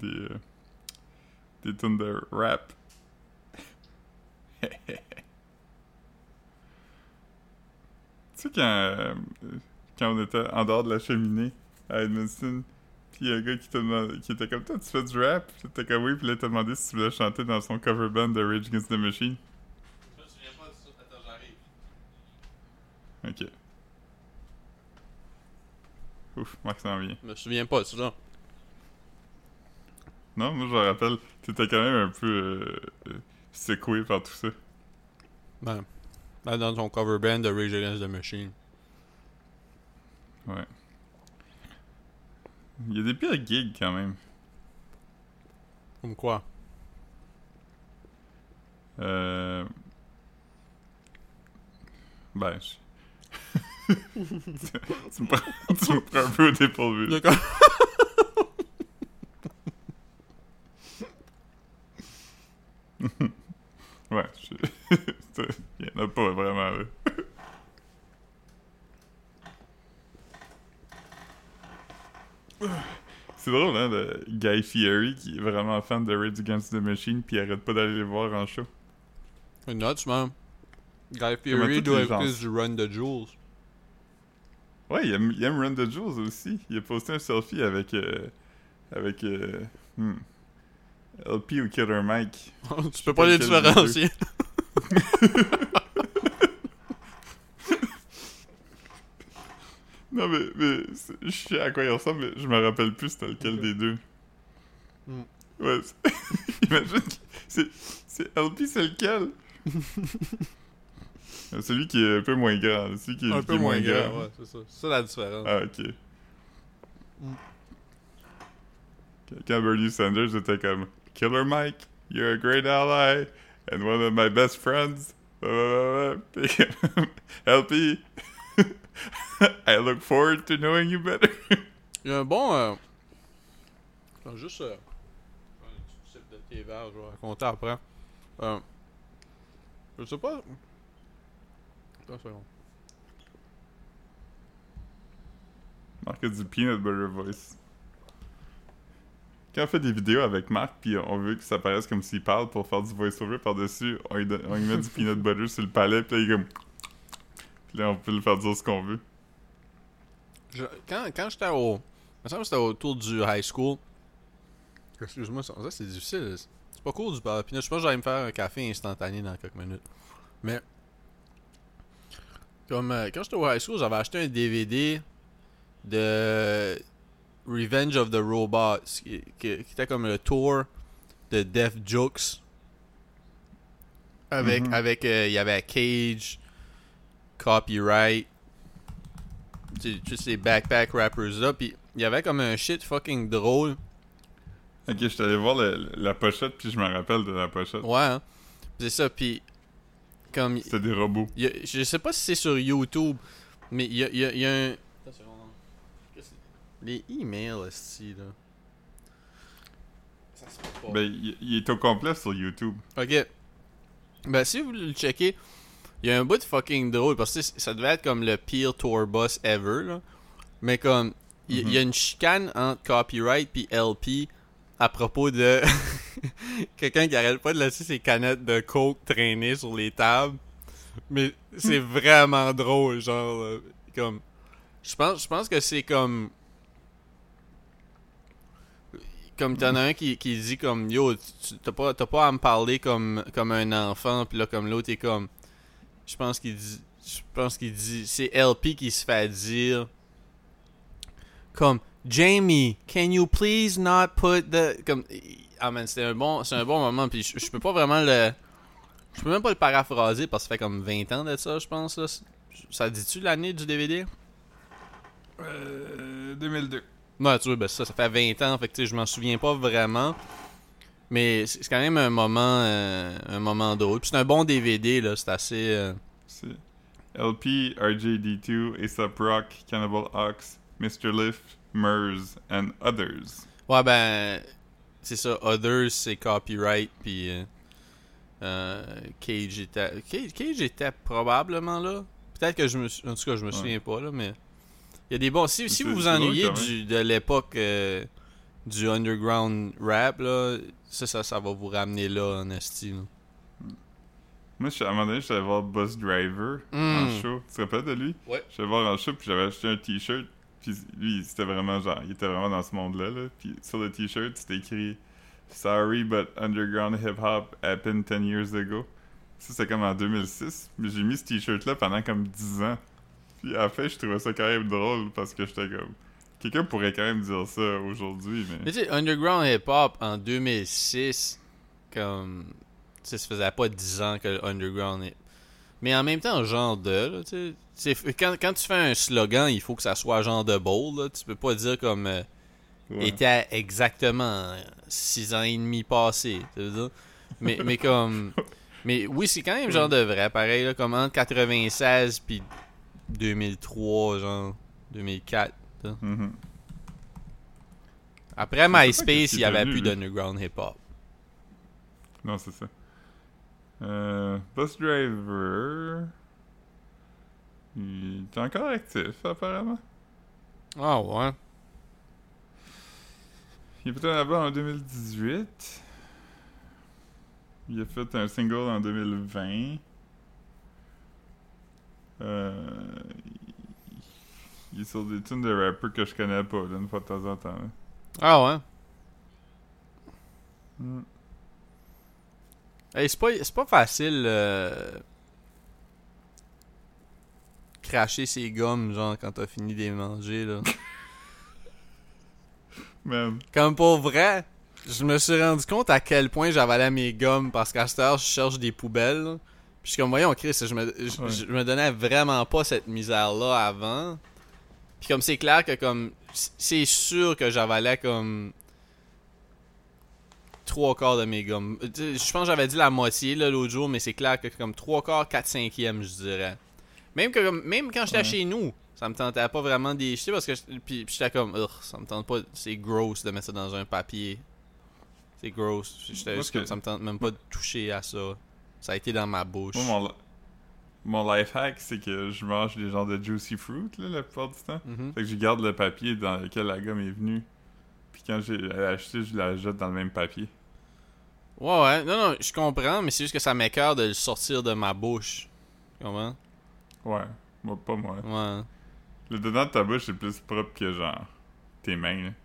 des tonnes de rap. Tu sais, quand on était en dehors de la cheminée à Edmundston, pis y a un gars qui était comme toi, tu fais du rap? Pis t'étais comme oui, pis là, il t'a demandé si tu voulais chanter dans son cover band de Rage Against the Machine. Je me souviens pas de ça. Attends, j'arrive. Ok. Ouf, Marc s'en vient. Je me souviens pas de ça. Non, moi je me rappelle, t'étais quand même un peu secoué par tout ça. Ben, là, dans ton cover band de Rage Against the Machine. Ouais. Il y a des pires gigs quand même. Comme quoi? Ben, tu me prends un peu au dépourvu. D'accord. Ouais, il y en a pas vraiment, là. C'est drôle, hein, de Guy Fieri qui est vraiment fan de Rage Against the Machine puis il arrête pas d'aller les voir en show. Nuts, man. Guy Comment Fieri toutes doit les gens- écouter du Run the Jewels. Ouais, il aime Run the Jewels aussi. Il a posté un selfie avec LP ou Killer Mike. Tu peux pas les lequel des différencier. Non, mais je sais à quoi il ressemble, mais je me rappelle plus c'était lequel des deux. Mm. Ouais, imagine, c'est LP, c'est lequel? Celui qui est un peu moins grand, celui qui Un qui peu est moins grand, ouais, c'est ça. C'est ça la différence. Ah, ok. Mm. Quand Bernie Sanders était comme Killer Mike, you're a great ally and one of my best friends. LP, I look forward to knowing you better. Il y a un bon. Attends, juste. Un petit sip de thé vert, je vais raconter après. Je sais pas. Attends une seconde. Marc a du peanut butter voice. Quand on fait des vidéos avec Marc, puis on veut que ça paraisse comme s'il parle pour faire du voice-over par-dessus, on lui met du peanut butter sur le palais, puis là, il est comme... Puis là, on peut le faire dire ce qu'on veut. Quand j'étais au. Il me semble que c'était autour du high school. Excuse-moi, ça c'est difficile. C'est pas cool du beurre de peanut. Je pense que j'allais me faire un café instantané dans quelques minutes. Mais. Comme quand j'étais au high school, j'avais acheté un DVD de Revenge of the Robots, qui était comme le tour de Def Jux. Avec, il y avait Cage, Copyright, tous ces backpack rappers là, puis il y avait comme un shit fucking drôle. Ok, je suis allé voir la pochette, puis je me rappelle de la pochette. Ouais, hein? C'est ça, puis comme... C'était des robots. Je sais pas si c'est sur YouTube, mais il y a un... Attends une seconde. Les emails, est-ce là? Ça se peut pas. Ben, il est au complet sur YouTube. Ok. Ben, si vous voulez le checker, il y a un bout de fucking drôle, parce que ça devait être comme le pire tour bus ever, là. Mais comme, il y a une chicane entre Copyright puis LP à propos de quelqu'un qui arrête pas de laisser ses canettes de coke traîner sur les tables. Mais c'est vraiment drôle, genre, comme... Je pense que c'est comme t'en as un qui dit comme yo, t'as pas à me parler comme un enfant, puis là comme l'autre est comme, je pense qu'il dit c'est LP qui se fait dire comme Jamie, can you please not put the comme, ah man, c'est un bon moment, puis je peux pas vraiment je peux même pas le paraphraser parce que ça fait comme 20 ans de ça, je pense là. Ça dit-tu l'année du DVD? 2002. Ouais, tu vois, ben ça fait 20 ans, fait que tu sais, je m'en souviens pas vraiment. Mais c'est quand même un moment drôle. Puis c'est un bon DVD, là, c'est assez... C'est LP, RJD2, A$AP Rock, Cannibal Ox, Mr. Lift, Murs, and Others. Ouais, ben, c'est ça, Others, c'est Copyright, puis Cage était probablement là. Peut-être que en tout cas, je me souviens pas, là, mais... Il y a des bons... Si vous vous ennuyez de l'époque du underground rap, là, ça va vous ramener là, en esti, là. Moi, à un moment donné, je suis allé voir Bus Driver en show. Tu te rappelles de lui? Ouais. Je suis allé voir en show, puis j'avais acheté un t-shirt. Puis lui, c'était vraiment genre... Il était vraiment dans ce monde-là, là. Puis sur le t-shirt, c'était écrit « Sorry, but underground hip-hop happened 10 years ago ». Ça, c'est comme en 2006. Mais j'ai mis ce t-shirt-là pendant comme 10 ans. Puis à la fin, je trouvais ça quand même drôle parce que j'étais comme... Quelqu'un pourrait quand même dire ça aujourd'hui, mais... Mais tu sais, underground hip-hop en 2006, comme... Tu sais, ça faisait pas 10 ans que le underground est... Mais en même temps, genre de, là, tu sais... Quand tu fais un slogan, il faut que ça soit genre de bold, là. Tu peux pas dire comme... était à exactement 6 ans et demi passés, tu veux dire? Mais comme... Mais oui, c'est quand même genre de vrai, pareil, là, comme entre 96 puis 2003, genre 2004. Là. Mhm. Après Je sais pas MySpace, qu'est-ce il qui y avait est devenu, plus lui. d'underground hip-hop. Non, c'est ça. Bus Driver... Il est encore actif, apparemment. Ah ouais. Il est peut-être là-bas en 2018. Il a fait un single en 2020. Euh, il est sur des tunes de rappers que je connais pas, là, une fois de temps en temps. Là. Ah ouais. Mm. Hey, c'est pas facile cracher ses gommes, genre, quand t'as fini de les manger, là. Man. Comme pour vrai, je me suis rendu compte à quel point j'avalais mes gommes parce qu'à cette heure, je cherche des poubelles. Là. Puis je suis comme, voyons, Chris, je me donnais vraiment pas cette misère-là avant. Puis comme c'est clair que comme c'est sûr que j'avalais comme 3/4 de mes gommes. Je pense que j'avais dit la moitié là, l'autre jour, mais c'est clair que comme 3/4, 4/5, je dirais. Même quand j'étais Ouais. chez nous, ça me tentait pas vraiment d'y jeter parce que puis j'étais comme ça me tente pas, c'est gross de mettre ça dans un papier. C'est gross. J'étais Moi, juste comme ça me tente même pas de toucher à ça. Ça a été dans ma bouche. Moi, mon life hack, c'est que je mange des genres de juicy fruit, là, la plupart du temps. Mhm. Fait que je garde le papier dans lequel la gomme est venue. Puis quand j'ai acheté, je la jette dans le même papier. Ouais, non, je comprends, mais c'est juste que ça m'écoeure de le sortir de ma bouche. Comment? Ouais. Moi, pas moi. Ouais. Le dedans de ta bouche, c'est plus propre que genre tes mains, là.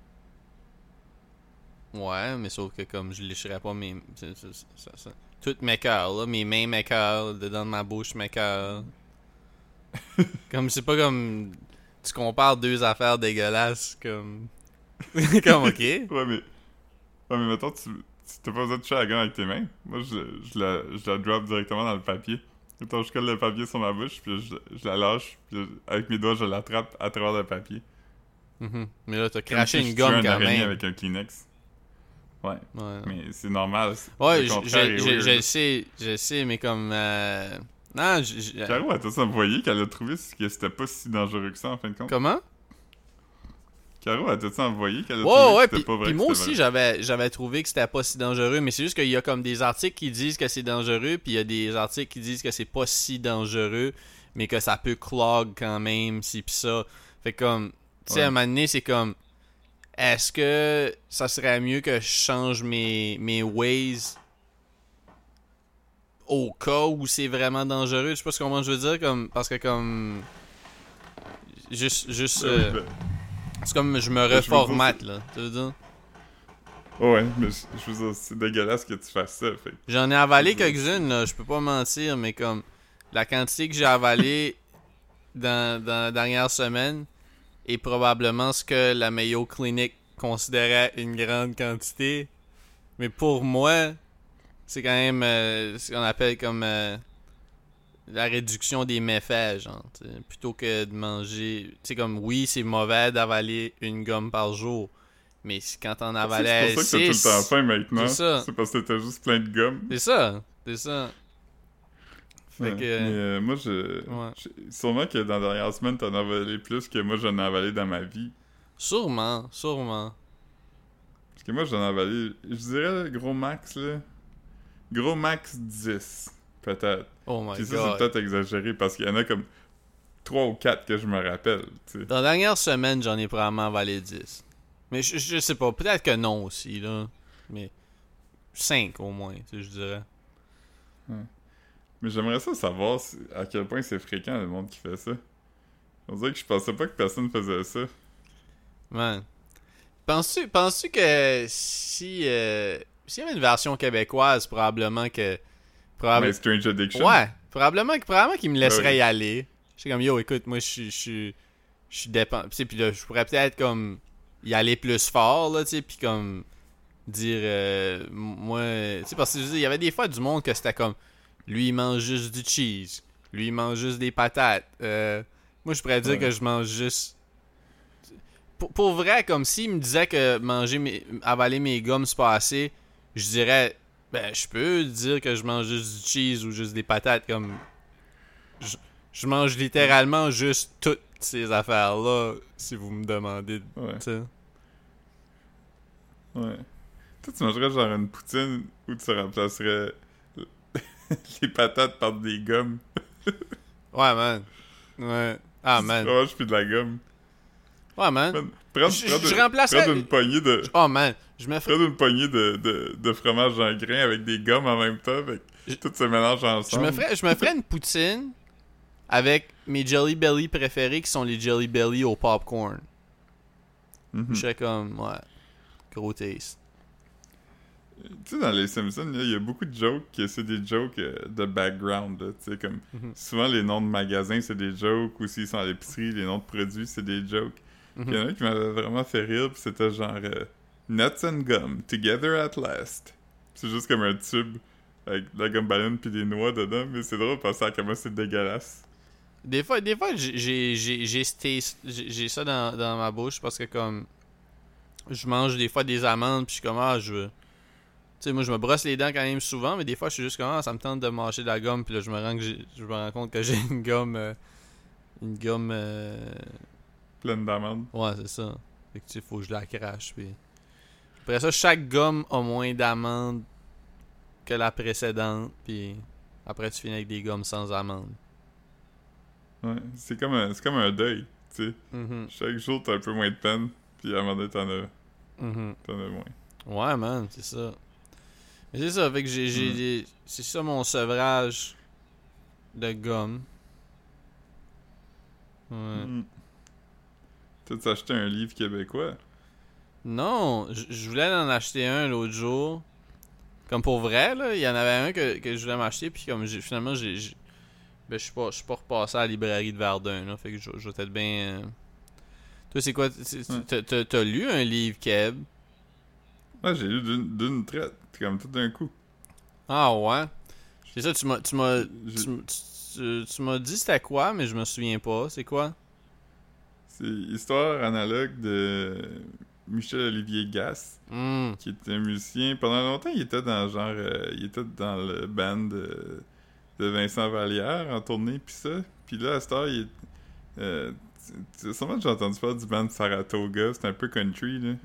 Ouais, mais sauf que comme je lécherais pas mes. Tout m'écoeure, là. Mes mains m'écoeurent, le dedans de ma bouche m'écoeure. Comme c'est pas comme. Tu compares deux affaires dégueulasses, comme. Comme ok. Ouais, mais mettons, tu t'as pas besoin de toucher la gomme avec tes mains. Moi, je la drop directement dans le papier. Mettons, je colle le papier sur ma bouche, puis je la lâche, puis avec mes doigts, je l'attrape à travers le papier. Mhm. Mais là, t'as Comme craché si une je gomme tuais un quand araignée même. avec un Kleenex. Ouais, Ouais, mais c'est normal. ouais Le contraire est weird. je sais, mais comme. Non, Caro, elle t'a envoyé qu'elle a trouvé que c'était pas si dangereux que ça, en fin de compte. Comment? Caro, elle t'a envoyé qu'elle a Ouais, trouvé ouais, que c'était pas vrai. puis que moi c'était aussi, vrai. j'avais trouvé que c'était pas si dangereux, mais c'est juste qu'il y a comme des articles qui disent que c'est dangereux, puis il y a des articles qui disent que c'est pas si dangereux, mais que ça peut clog quand même, si pis ça. Fait comme, tu sais, Ouais. à un moment donné, c'est comme, est-ce que ça serait mieux que je change mes ways au cas où c'est vraiment dangereux? Je sais pas comment je veux dire, comme, parce que comme, juste, Ben, c'est comme je me veux dire, reformate, là, tu veux dire? ouais, mais je veux dire, c'est dégueulasse que tu fasses ça, fait que- J'en ai avalé Je veux dire, quelques-unes, là, je peux pas mentir, mais comme la quantité que j'ai avalé dans la dernière semaine est probablement ce que la Mayo Clinic considérait une grande quantité. Mais pour moi, c'est quand même ce qu'on appelle comme la réduction des méfaits, genre. T'sais. Plutôt que de manger. Tu sais, comme oui, c'est mauvais d'avaler une gomme par jour. Mais quand t'en C'est avalais pour ça que t'as tout le temps 6, faim maintenant. c'est ça. C'est parce que t'as juste plein de gomme. C'est ça. C'est ça. Fait Ouais. que. Mais moi, Ouais. sûrement que dans la dernière semaine, t'en as avalé plus que moi, j'en ai avalé dans ma vie. Sûrement. Parce que moi, j'en ai avalé, je dirais, gros max, là. Gros max 10, peut-être. Oh my Puis ça, c'est god. peut-être exagéré parce qu'il y en a comme 3 ou 4 que je me rappelle, tu sais. Dans la dernière semaine, j'en ai probablement avalé 10. Mais je sais pas. Peut-être que non aussi, là. Mais 5 au moins, tu sais, je dirais. Mais j'aimerais ça savoir à quel point c'est fréquent le monde qui fait ça. On dirait que je pensais pas que personne faisait ça. Man. Penses-tu que si. S'il y avait une version québécoise, probablement que. Mais Strange Addiction. Ouais. Probablement qu'il me laisserait Ouais. y aller. Je suis comme, yo, écoute, moi, je suis dépendant. Puis là, je pourrais peut-être comme y aller plus fort, là, tu sais, puis comme dire, moi, tu sais, parce que je veux dire, il y avait des fois du monde que c'était comme, lui, il mange juste du cheese, lui, il mange juste des patates. Moi, je pourrais dire Ouais. que je mange juste. Pour vrai, comme s'il me disait que avaler mes gommes, c'est pas assez, je dirais, Ben, je peux dire que je mange juste du cheese ou juste des patates, comme... Je, je mange littéralement juste toutes ces affaires-là, si vous me demandez, tu Ouais, sais. ouais. Toi, tu mangerais genre une poutine où tu remplacerais les patates par des gommes. Ouais, man. Ouais. Ah, Si tu man. fromages puis de la gomme. Ouais, man. Man, Je remplacerais... prendre une poignée de... Oh, man. Je me ferais... Prendre une poignée de fromage en grains avec des gommes en même temps, fait que tout se mélange ensemble. Je me ferais une poutine avec mes Jelly Belly préférés qui sont les Jelly Belly au popcorn. Mhm. Je serais comme, ouais, gros taste. Tu sais, dans les Simpsons, il y a beaucoup de jokes que c'est des jokes de background. Tu sais, comme Mhm. souvent les noms de magasins, c'est des jokes, ou s'ils sont à l'épicerie, les noms de produits, c'est des jokes. Puis il y en a un qui m'avait vraiment fait rire, puis c'était genre Nuts and gum, together at last. C'est juste comme un tube avec de la gomme baleine puis des noix dedans, mais c'est drôle parce que à comment c'est dégueulasse. Des fois j'ai ça dans ma bouche parce que comme je mange des fois des amandes puis je suis comme ah je veux. Tu sais moi je me brosse les dents quand même souvent mais des fois je suis juste comme ah ça me tente de manger de la gomme puis là je me rends compte que j'ai une gomme Pleine d'amandes. ouais c'est ça. Fait que tu sais faut que je la crache puis après ça chaque gomme a moins d'amandes que la précédente puis après tu finis avec des gommes sans amandes. Ouais, c'est comme un deuil, tu sais. Mhm. Chaque jour, t'as un peu moins de peine, puis à un moment donné, Mhm. t'en as moins. Ouais, man, c'est ça. Mais c'est ça, fait que c'est ça mon sevrage de gomme. Ouais. Mm. T'as-tu acheté un livre québécois? Non, je voulais en acheter un l'autre jour. Comme pour vrai, là, il y en avait un que je voulais m'acheter, puis comme finalement, ben, je suis pas repassé à la librairie de Verdun, là, fait que je vais peut-être bien... Toi, c'est quoi? T'as lu un livre, Keb? Ouais, j'ai lu d'une traite, comme tout d'un coup. Ah ouais? C'est ça, J'ai- tu m'as dit c'était quoi, mais je me souviens pas. C'est quoi? C'est histoire analogue de Michel-Olivier Gass, Hmm. qui est un musicien. Pendant longtemps, il était dans genre... il était dans le band de Vincent Vallière en tournée, pis ça. Puis là, à cette heure, il est... sûrement que j'ai entendu parler du band Saratoga, c'est un peu country, là.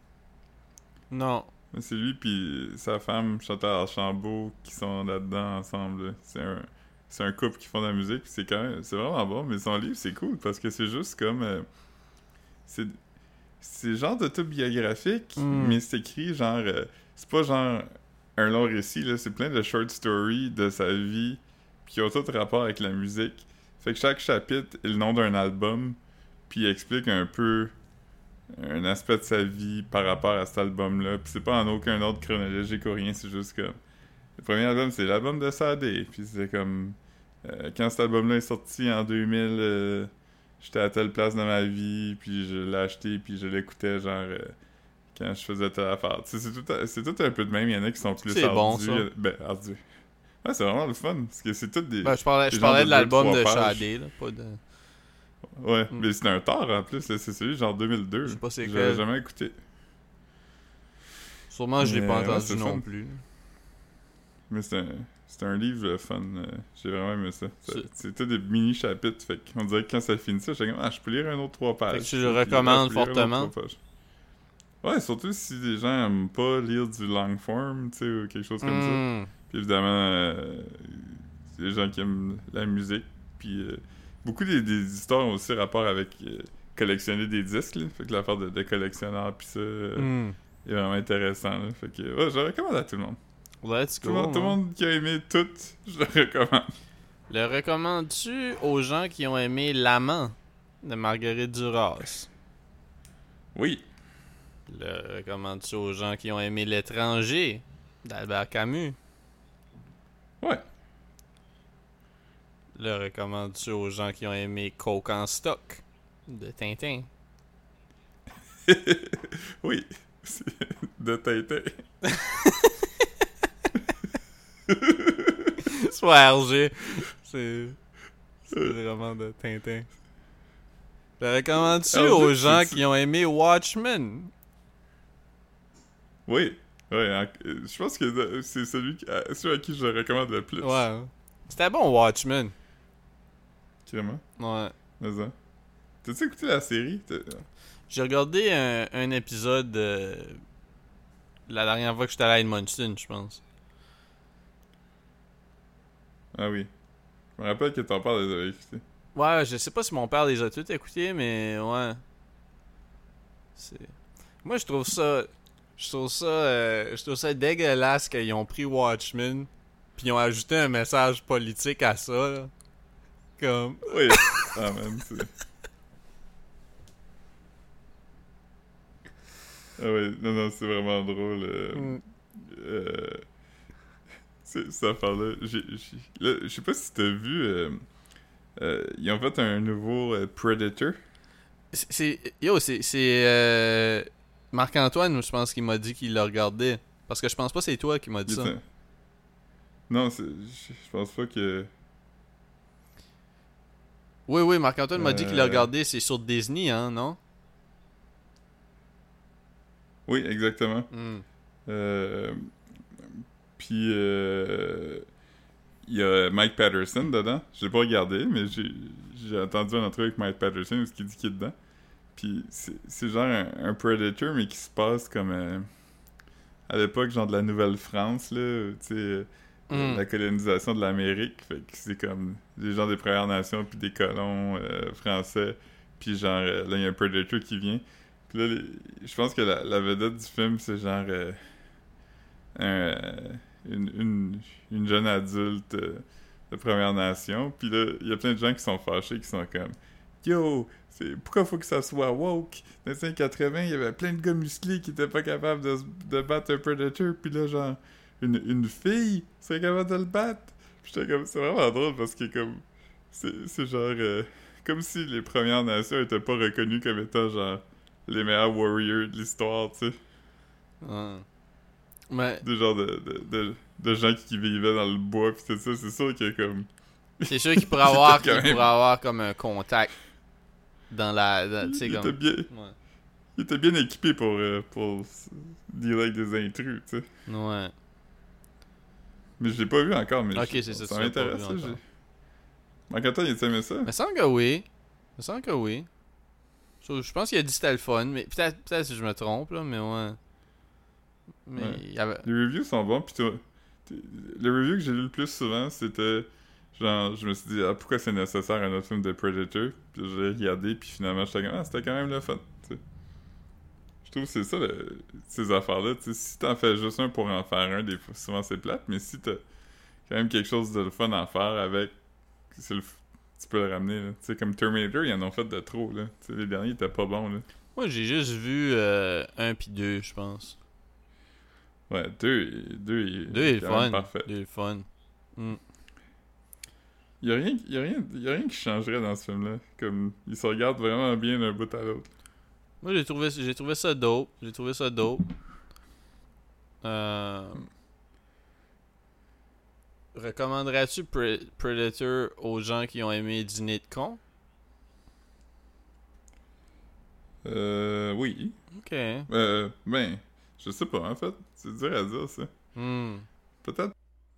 Non. Mais c'est lui puis sa femme, Chantal Archambault, qui sont là-dedans ensemble, là. C'est un couple qui font de la musique, puis c'est vraiment bon, mais son livre, c'est cool, parce que c'est juste comme... c'est c'est genre d'autobiographique, Hmm. mais c'est écrit genre... c'est pas genre un long récit, là, c'est plein de short stories de sa vie, puis qui ont tout rapport avec la musique. Fait que chaque chapitre est le nom d'un album, puis il explique un peu un aspect de sa vie par rapport à cet album-là. Puis c'est pas en aucun ordre chronologique ou rien, c'est juste comme... Le premier album, c'est l'album de Sadé, puis c'est comme... quand cet album-là est sorti en 2000, j'étais à telle place dans ma vie, puis je l'ai acheté, puis je l'écoutais, genre... quand je faisais telle affaire. Tu sais, c'est tout un peu de même. Il y en a qui sont plus C'est ardus. bon, ça. Ben, ardus. Ouais, c'est vraiment le fun. Parce que c'est tout des... Ben, je des parlais genres de l'album deux, de trois pages. Shadé, là, pas de... Ouais, Mm. mais c'est un tard en plus. Là. C'est celui genre 2002. Je sais pas c'est J'avais quel. jamais écouté. Sûrement, je l'ai Mais, pas ouais, entendu c'est non fun. plus. Mais c'est un livre fun. J'ai vraiment aimé ça. C'est- C'était des mini-chapitres. Fait qu'on dirait que quand ça finit ça, j'étais comme, ah, je peux lire un autre 3 pages. Fait que tu le Puis, recommandes je peux lire un autre fortement. 3 pages. Ouais, surtout si les gens aiment pas lire du long form, tu sais, ou quelque chose comme ça. Hmm. Puis évidemment, c'est les gens qui aiment la musique. Puis beaucoup des histoires ont aussi rapport avec collectionner des disques. Là. Fait que l'affaire de collectionneur, puis ça, Hmm. est vraiment intéressant. Là. Fait que ouais, je le recommande à tout le monde. Let's Tout, go. tout le man. monde qui a aimé tout, je le recommande. Le recommandes-tu aux gens qui ont aimé L'Amant de Marguerite Duras? Oui. Le recommandes-tu aux gens qui ont aimé L'étranger d'Albert Camus? Ouais. Le recommandes-tu aux gens qui ont aimé Coke en stock de Tintin? Oui. C'est de Tintin. Soit RG. C'est vraiment de Tintin. Le recommandes-tu RG, aux gens c'est- qui ont aimé Watchmen? Oui. Ouais, je pense que c'est celui à qui je le recommande le plus. Ouais. C'était bon, Watchmen. Carrément. Ouais. Mais ça. T'as-tu écouté la série? J'ai regardé un épisode la dernière fois que j'étais à Edmundston, je pense. Ah oui. Je me rappelle que t'en parles de écouté. Ouais, je sais pas si mon père les a tous écoutés, mais ouais. C'est... Moi, je trouve ça dégueulasse qu'ils ont pris Watchmen puis ils ont ajouté un message politique à ça, là. Comme... Oui. Ah man, c'est... Ah oui, non, c'est vraiment drôle. Mm. Euh, cette affaire-là. Je sais pas si t'as vu... ils ont fait un nouveau Predator. C'est Marc-Antoine, je pense qu'il m'a dit qu'il le regardait. Parce que je pense pas que c'est toi qui m'a dit Il ça. est un- Non, je pense pas que... Oui, Marc-Antoine m'a dit qu'il l'a Euh, regardé. C'est sur Disney, hein, non? Oui, exactement. Hmm. Euh, Puis, il y a Mike Patterson dedans. J'ai pas regardé, mais j'ai entendu un entrevue avec Mike Patterson où il dit qu'il est dedans. Puis, c'est genre un Predator, mais qui se passe comme à l'époque, genre de la Nouvelle-France, là, tu sais, Hmm. la colonisation de l'Amérique. Fait que c'est comme des gens des Premières Nations, puis des colons français. Puis, genre, là, il y a un Predator qui vient. Puis là, je pense que la vedette du film, c'est genre un- une, une, une jeune adulte de Première Nation. Puis là, il y a plein de gens qui sont fâchés, qui sont comme Yo, pourquoi faut que ça soit woke? Dans les années 80, il y avait plein de gars musclés qui étaient pas capables de battre un Predator. Puis là, genre, une fille serait capable de le battre. Puis j'étais comme, c'est vraiment drôle parce que comme, c'est genre, comme si les Premières Nations étaient pas reconnues comme étant genre les meilleurs warriors de l'histoire, tu sais. Ouais. Mais Des genres de gens qui vivaient dans le bois pis tout ça, c'est sûr que comme... c'est sûr qu'il pourrait il avoir, était quand même... comme un contact dans la... tu sais, Il comme... était bien... Ouais. Il était bien équipé pour dealer avec des intrus, tu sais. Ouais. Mais je l'ai pas vu encore, mais Ok, c'est ça, tu ça l'as pas m'intéresse, vu ça. encore. Marc-Antoine, il aimé ça? Me semble que oui. Me semble que oui. Je pense qu'il a dit que c'était le fun, mais peut-être si je me trompe, là, mais ouais. Mais Ouais. il y avait... Les reviews sont bons, pis toi... Le review que j'ai lu le plus souvent, c'était... Genre, je me suis dit, ah, pourquoi c'est nécessaire un autre film de Predator? Puis j'ai regardé, puis finalement, j'étais comme, ah, c'était quand même le fun, tu sais. Je trouve que c'est ça, ces affaires-là. Tu sais, si t'en fais juste un pour en faire un, des fois, souvent c'est plate, mais si t'as quand même quelque chose de le fun à faire avec, tu peux le ramener, là. Tu sais, comme Terminator, ils en ont fait de trop, là. Tu sais, les derniers étaient pas bons, là. Moi, j'ai juste vu un puis deux, je pense. Ouais, deux, il Deux est est le quand même fun. parfait. Deux est le fun. Mm. Il y a rien qui changerait dans ce film-là. Comme, ils se regardent vraiment bien d'un bout à l'autre. Moi, j'ai trouvé ça dope. J'ai trouvé ça dope. Euh... Recommanderais-tu Predator aux gens qui ont aimé Dîner de con? Oui. Ok. Ben, je sais pas, en fait. C'est dur à dire, ça. Hmm. Peut-être.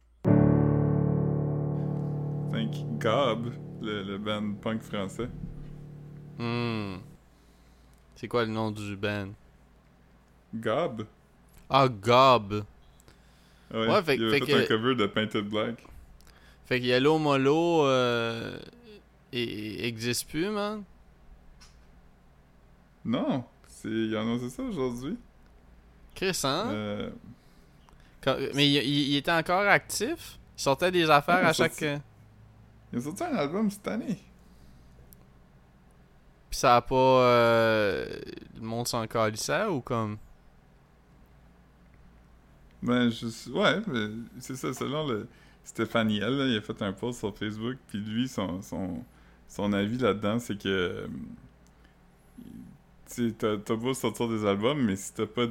Think Gob, le band punk français. Hmm. C'est quoi le nom du band? Gob? Ah, Gob. Ouais, Ouais, il avait fait un cover de Painted Black. Fait que Yellow Molo existe plus, man. Non, il a annoncé ça aujourd'hui. Chris, hein? Euh, Mais il était encore actif? Il sortait des affaires Ouais, à chaque... il a sorti un album cette année. Pis ça a pas... Le monde s'en calissait ou comme... Ben, ouais, mais c'est ça, selon le Stéphanie L, là, il a fait un post sur Facebook, puis lui, son avis là-dedans, c'est que tu sais, t'as beau sortir des albums, mais si t'as pas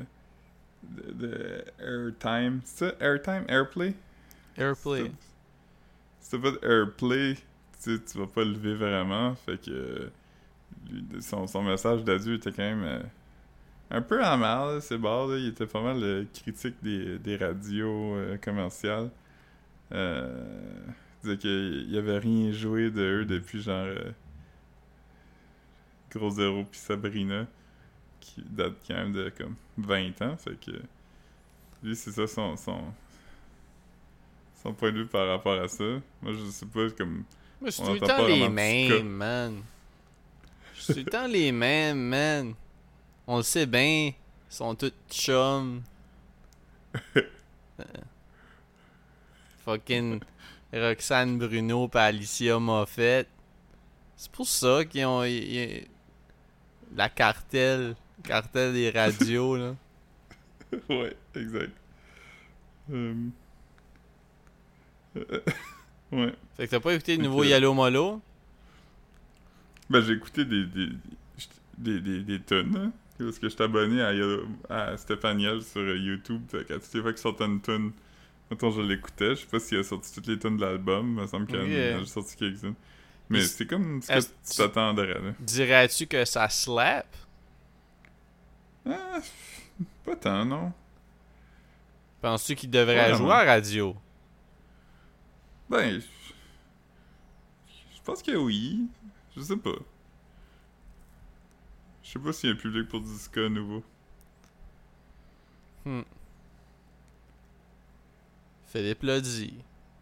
de airtime, c'est ça, airtime, airplay? Airplay. Si t'as pas de airplay, tu vas pas le lever vraiment, fait que son message d'adieu était quand même un peu en mal, là, ces bars, là. Il était pas mal critique des radios commerciales. Il disait qu'il y avait rien joué de eux depuis genre Gros Zéro puis Sabrina, qui date quand même de comme 20 ans. Fait que lui, c'est ça son point de vue par rapport à ça. Moi, je sais pas, comme Moi, c'est on tout le entend temps pas les vraiment de ska. mêmes, man. C'est tout le temps les mêmes, man. On le sait bien. Ils sont tous chums. Fucking Roxane Bruno pis Alicia Moffett. C'est pour ça qu'ils ont... la cartel des radios, là. Ouais, exact. Euh, ouais. Fait que t'as pas écouté le Fait nouveau que- Yellow Molo? Ben, j'ai écouté des tunes, hein, parce que je suis abonné à Stéphaniel sur YouTube. Fait qu'à toutes les fois qu'il sortait une tune, mettons, je l'écoutais. Je sais pas s'il a sorti toutes les tunes de l'album. Il me semble qu'il en a sorti quelques-unes. Mais Il- c'est comme ce que est-ce- tu t'attendrais, là. Dirais-tu que ça slap? Ah, pas tant, non. Penses-tu qu'il devrait Ouais, jouer ouais. à radio? Ben, je pense que oui. Je sais pas. Je sais pas s'il y a un public pour du ska nouveau. Philippe l'a dit.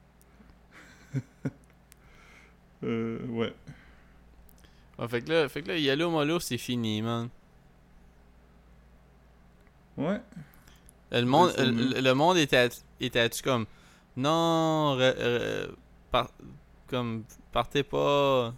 Ouais. Ouais, fait que là, Yellow Molo, c'est fini, man. Ouais. Le c'est mieux. le monde était-tu comme... Non, comme, partez pas.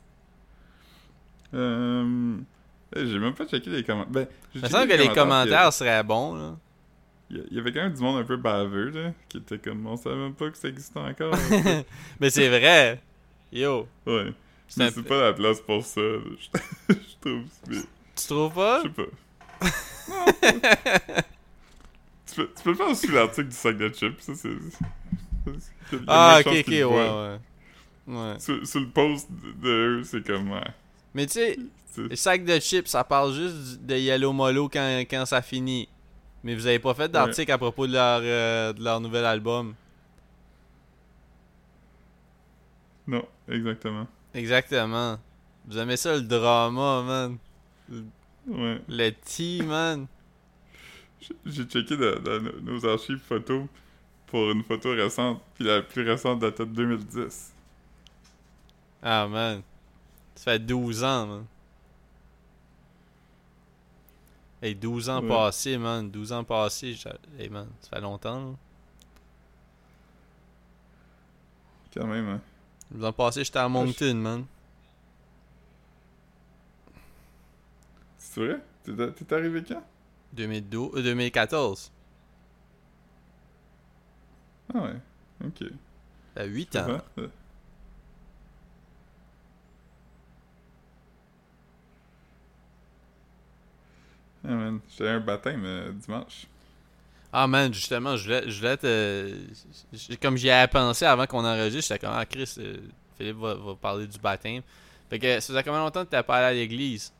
J'ai même pas checké les commentaires. Ben, j'ai Il me checké semble que les puis commentaires seraient bons, là. Il y avait quand même du monde un peu baveux, là, qui était comme, on savait même pas que ça existait encore. Mais c'est vrai. Yo. Ouais. C'est Mais un c'est peu- pas la place pour ça, là. Je trouve. Mais, Tu trouves pas? je sais pas. Non. Tu peux le faire sous l'article du sac de chips, ça, c'est. Il y a Ah, moins ok, de chances ok, qu'ils le ouais, voient. ouais. Sur le post de eux, c'est comme, ouais. Mais tu sais, C'est- le sac de chips, ça parle juste de Yellow Molo quand ça finit. Mais vous avez pas fait d'article à propos de leur nouvel album. Non, exactement. Exactement. Vous aimez ça, le drama, man. Ouais. Le tea, man. J'ai checké dans nos archives photos pour une photo récente, puis la plus récente datait de 2010. Ah, man. Ça fait 12 ans, man. Hey, 12 ans Ouais. passés, man. 12 ans passés. Hey, man, ça fait longtemps, là. Quand même, hein. 12 ans passés, j'étais à Moncton, man. C'est vrai? T'es arrivé quand? 2014. Ah ouais, ok. Ça fait 8 Je ans. comprends. Ah man, j'avais un baptême dimanche. Ah, man, justement, je voulais te... Comme j'y avais pensé avant qu'on enregistre, j'étais comme, ah, Chris, Philippe va parler du baptême. Fait que ça faisait combien longtemps que t'as pas allé à l'église?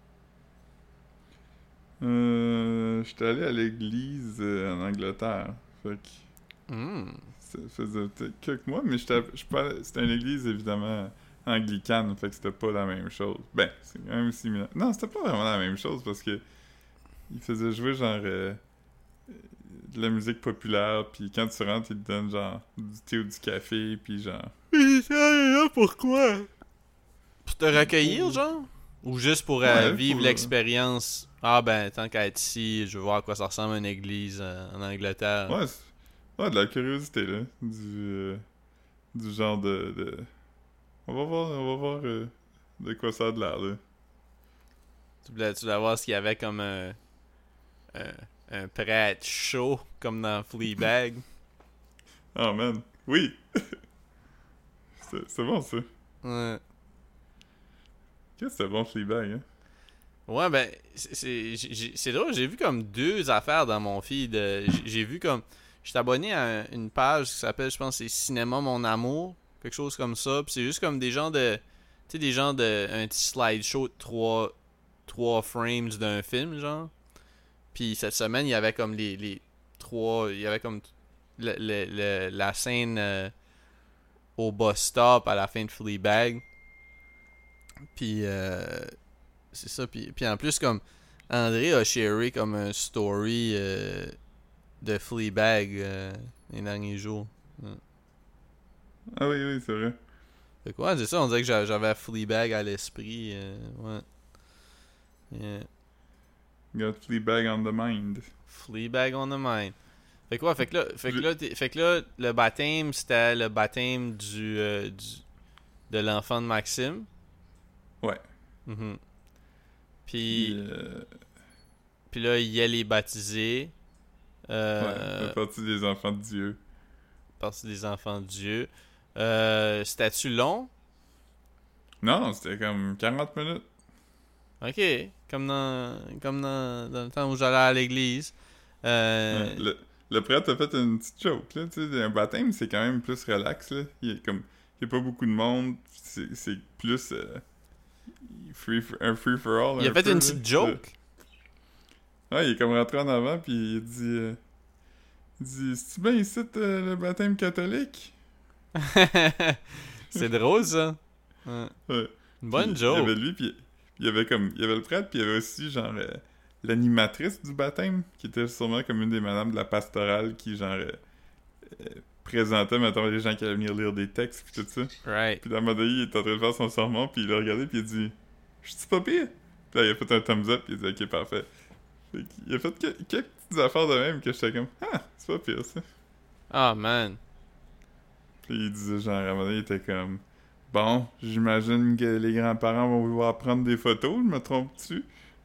J'étais allé à l'église en Angleterre. Fait que ça faisait peut-être quelques mois, mais c'était une église évidemment anglicane, fait que c'était pas la même chose. Ben, c'est quand même similaire. Non, c'était pas vraiment la même chose parce que ils faisaient jouer genre de la musique populaire, puis quand tu rentres, ils te donnent genre du thé ou du café, puis genre. là, pourquoi? Pour te recueillir, genre? Ou juste pour Ouais, vivre pour- l'expérience? Ah ben, tant qu'à être ici, je veux voir à quoi ça ressemble une église en Angleterre. Ouais, ouais, de la curiosité là, du genre de. On va voir de quoi ça a de l'air là. Tu voulais voir ce qu'il y avait comme un prêtre chaud, comme dans Fleabag. Oh man, oui! C'est bon ça. Ouais. Qu'est-ce que c'était bon Fleabag, hein? Ouais, ben, c'est drôle, j'ai vu comme deux affaires dans mon feed. J'ai vu comme. J'étais abonné à une page qui s'appelle, je pense, c'est Cinéma Mon Amour, quelque chose comme ça. Puis c'est juste comme des gens de. Tu sais, des gens de. Un petit slideshow de trois frames d'un film, genre. Puis cette semaine, il y avait comme les trois... Il y avait comme la scène au bus stop à la fin de Fleabag. Puis c'est ça. Puis en plus, comme André a sharé comme un story de Fleabag les derniers jours. Ouais. Ah oui, oui, c'est vrai. Fait quoi, c'est ça, on dirait que j'avais Fleabag à l'esprit. Ouais. Yeah. Got Fleabag on the mind. Fleabag on the mind. Fait quoi, fait que là, le baptême, c'était le baptême de l'enfant de Maxime. Ouais. Mm-hmm. Puis là, il est baptisé. Ouais, fait partie des enfants de Dieu. Partie des enfants de Dieu. C'était-tu long? Non, c'était comme 40 minutes. Ok, comme dans le temps où j'allais à l'église. Le prêtre a fait une petite joke, là, tu sais, un baptême, c'est quand même plus relax, là. Il y a pas beaucoup de monde, c'est plus un free for all. Il a fait une petite joke? Ouais, il est comme rentré en avant, puis il dit, c'est-tu bien ici le baptême catholique? C'est drôle, ça. Ouais. Ouais. Une bonne puis, joke. Il y avait lui, puis il y avait le prêtre, puis il y avait aussi, genre, l'animatrice du baptême, qui était sûrement comme une des madames de la pastorale, qui, genre, présentait, mettons, les gens qui allaient venir lire des textes, puis tout ça. Right. Puis dans le il était en train de faire son sermon, puis il l'a regardé, puis il a dit « Je suis pas pire? » Puis là, il a fait un thumbs up, puis il a dit « Ok, parfait. » Il a fait quelques petites affaires de même que j'étais comme « Ah, c'est pas pire, ça. » Oh, man. Puis il disait, genre, à un moment donné, il était comme « Bon, j'imagine que les grands-parents vont vouloir prendre des photos, je me trompe-tu? »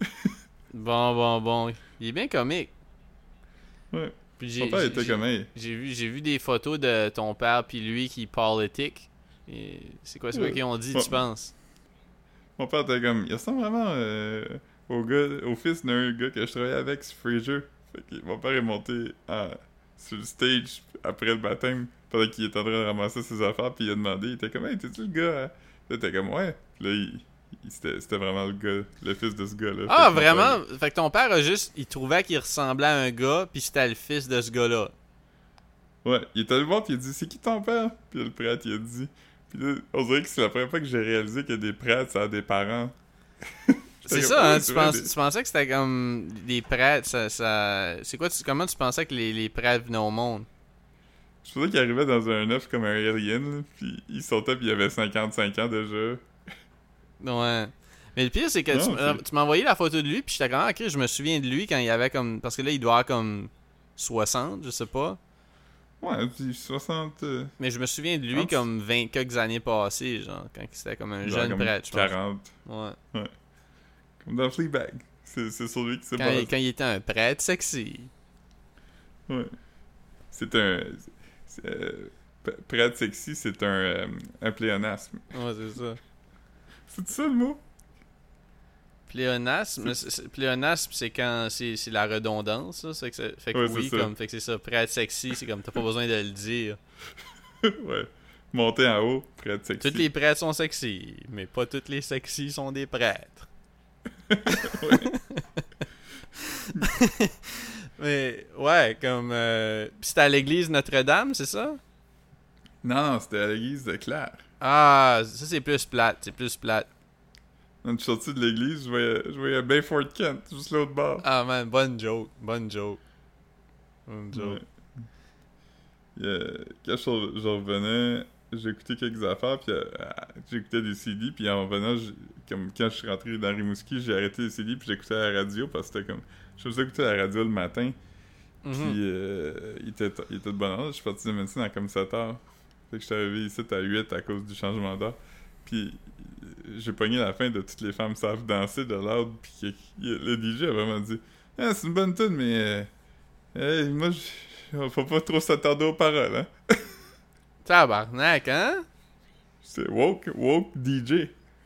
Bon. Il est bien comique. Ouais. Puis Son père était comme hey. J'ai vu des photos de ton père puis lui qui politique. Et c'est quoi qu'ils ont dit, tu penses? Mon père était comme, il ressemble vraiment au fils d'un gars que je travaillais avec sur Frasier. Fait que mon père est monté sur le stage après le baptême pendant qu'il était en train de ramasser ses affaires, puis il a demandé, il était comme, hey, t'es-tu le gars? Il était comme, ouais. Puis là, c'était vraiment le fils de ce gars-là. Ah, vraiment? Fait que ton père il trouvait qu'il ressemblait à un gars, puis c'était le fils de ce gars-là. Ouais, il est allé le voir, puis il a dit, c'est qui ton père? Puis le prêtre, il a dit. Puis là, on dirait que c'est la première fois que j'ai réalisé que des prêtres, ça a des parents. C'est ça, hein? Tu pensais que c'était comme des prêtres, ça... C'est quoi, comment tu pensais que les prêtres venaient au monde? Je pensais qu'il arrivait dans un œuf comme un alien, là, puis il sautait, puis il avait 55 ans déjà. Ouais. Mais le pire, c'est que tu m'as envoyé la photo de lui, puis j'étais comme, ok, je me souviens de lui quand il avait comme... Parce que là, il doit avoir comme 60, je sais pas. Ouais, puis 60... Mais je me souviens de lui comme 20 quelques années passées, genre, quand c'était comme un jeune prêtre, je pense. 40. Ouais. Comme dans Fleabag. C'est sur lui qui s'est passé. Quand il était un prêtre sexy. Ouais. C'est un... prêtre sexy, c'est un pléonasme. Ouais, c'est ça. C'est ça le mot? Pléonasme, c'est quand c'est la redondance, là. Fait que ouais, oui, comme fait que c'est ça. Prêtre sexy, c'est comme t'as pas besoin de le dire. Ouais. Monter en haut, prêtre sexy. Tous les prêtres sont sexy, mais pas tous les sexy sont des prêtres. Mais ouais, comme c'était à l'église Notre-Dame, c'est ça? Non, c'était à l'église de Claire. Ah, ça c'est plus plate, Quand je suis sorti de l'église, je voyais Bayford Kent, juste l'autre bord. Ah man, bonne joke. Ouais. Quand je revenais, j'écoutais quelques affaires, puis j'écoutais des CD, puis en revenant, comme quand je suis rentré dans Rimouski, j'ai arrêté les CD, puis j'écoutais la radio, parce que c'était comme... Je faisais écouter la radio le matin, puis il était de bonne heure, je suis parti de médecine à comme 7 heures. Fait que je suis arrivé ici à 8 à cause du changement d'heure. Puis j'ai pogné la fin de Toutes les femmes savent danser de Loud, puis le DJ a vraiment dit « Ah, c'est une bonne tune, mais moi, faut pas trop s'attarder aux paroles, hein? » Tabarnak, hein? C'est woke DJ.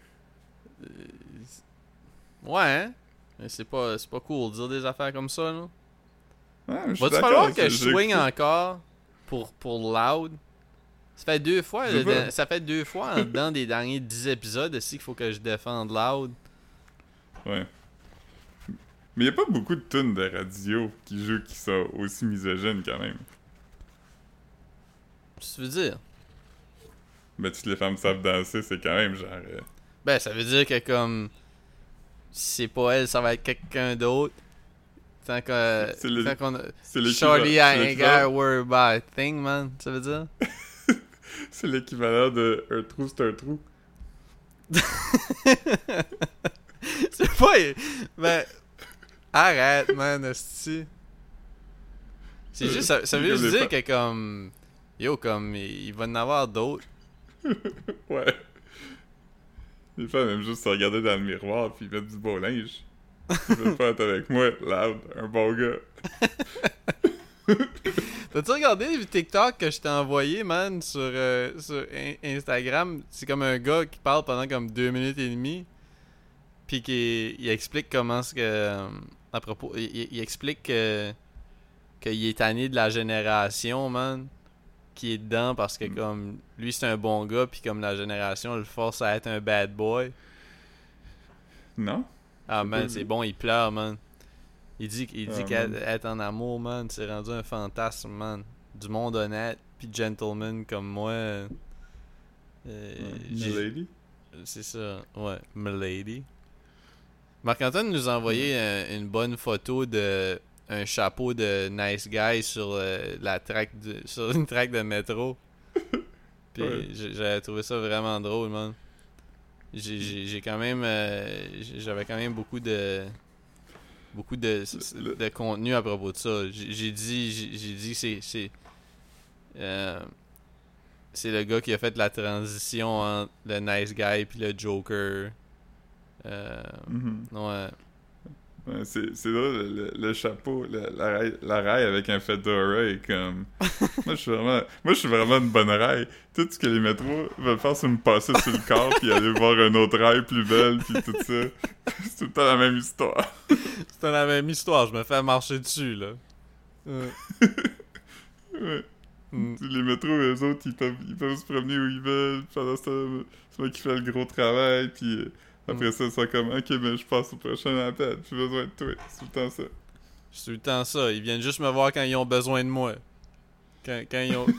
Ouais, hein? Mais c'est pas cool de dire des affaires comme ça, là. Ouais, Va-tu falloir que je swing encore pour Loud? Ça fait 2 fois, dans des derniers 10 épisodes aussi qu'il faut que je défende Loud. Ouais. Mais y a pas beaucoup de tunes de radio qui jouent qui sont aussi misogynes quand même. Qu'est-ce que tu veux dire? Ben, toutes les femmes savent danser, c'est quand même genre... Ben, ça veut dire que comme... Si c'est pas elle, ça va être quelqu'un d'autre. Tant qu'on c'est l'équivalent... Charlie Hanger, we're by thing, man. Ça veut dire? C'est l'équivalent de un trou, c'est un trou. C'est pas... Ben... Arrête, man, esti. C'est juste... Ça veut juste dire que comme... Yo, comme... Il va en avoir d'autres. Ouais. Les femmes aiment juste se regarder dans le miroir puis mettre du beau linge. Ils veulent pas être avec moi, loud, un bon gars. T'as-tu regardé les TikTok que je t'ai envoyé, man, sur Instagram? C'est comme un gars qui parle pendant comme 2 minutes et demie. Puis il explique comment ce que... à propos... Il explique qu'il est tanné de la génération, man, qui est dedans parce que comme... Lui, c'est un bon gars, puis comme la génération le force à être un bad boy. Non? Ah, man, c'est bon, il pleure, man. Il dit man. qu'être en amour, man, c'est rendu un fantasme, man. Du monde honnête, puis gentleman comme moi. Milady? C'est ça, ouais, Milady. Marc-Antoine nous a envoyé une bonne photo de un chapeau de nice guy sur sur une track de métro. Puis Ouais. j'avais trouvé ça vraiment drôle, man. J'ai quand même j'avais quand même beaucoup de contenu à propos de ça. J'ai dit que c'est le gars qui a fait la transition entre le nice guy puis le Joker. Ouais. Ouais, c'est drôle, le chapeau, la raille avec un fedora est comme... Moi, je suis vraiment une bonne raille. Tout ce que les métros veulent faire, c'est me passer sur le corps puis aller voir une autre raille plus belle puis tout ça. C'est tout le temps la même histoire. C'est la même histoire, je me fais marcher dessus, là. Ouais. Les métros, eux autres, ils peuvent se promener où ils veulent. Pendant ça, c'est moi qui fais le gros travail puis... Après ça, ils sont comme, ok, ben je passe au prochain appel, j'ai besoin de toi. C'est tout le temps ça. C'est tout le temps ça. Ils viennent juste me voir quand ils ont besoin de moi. Quand ils ont.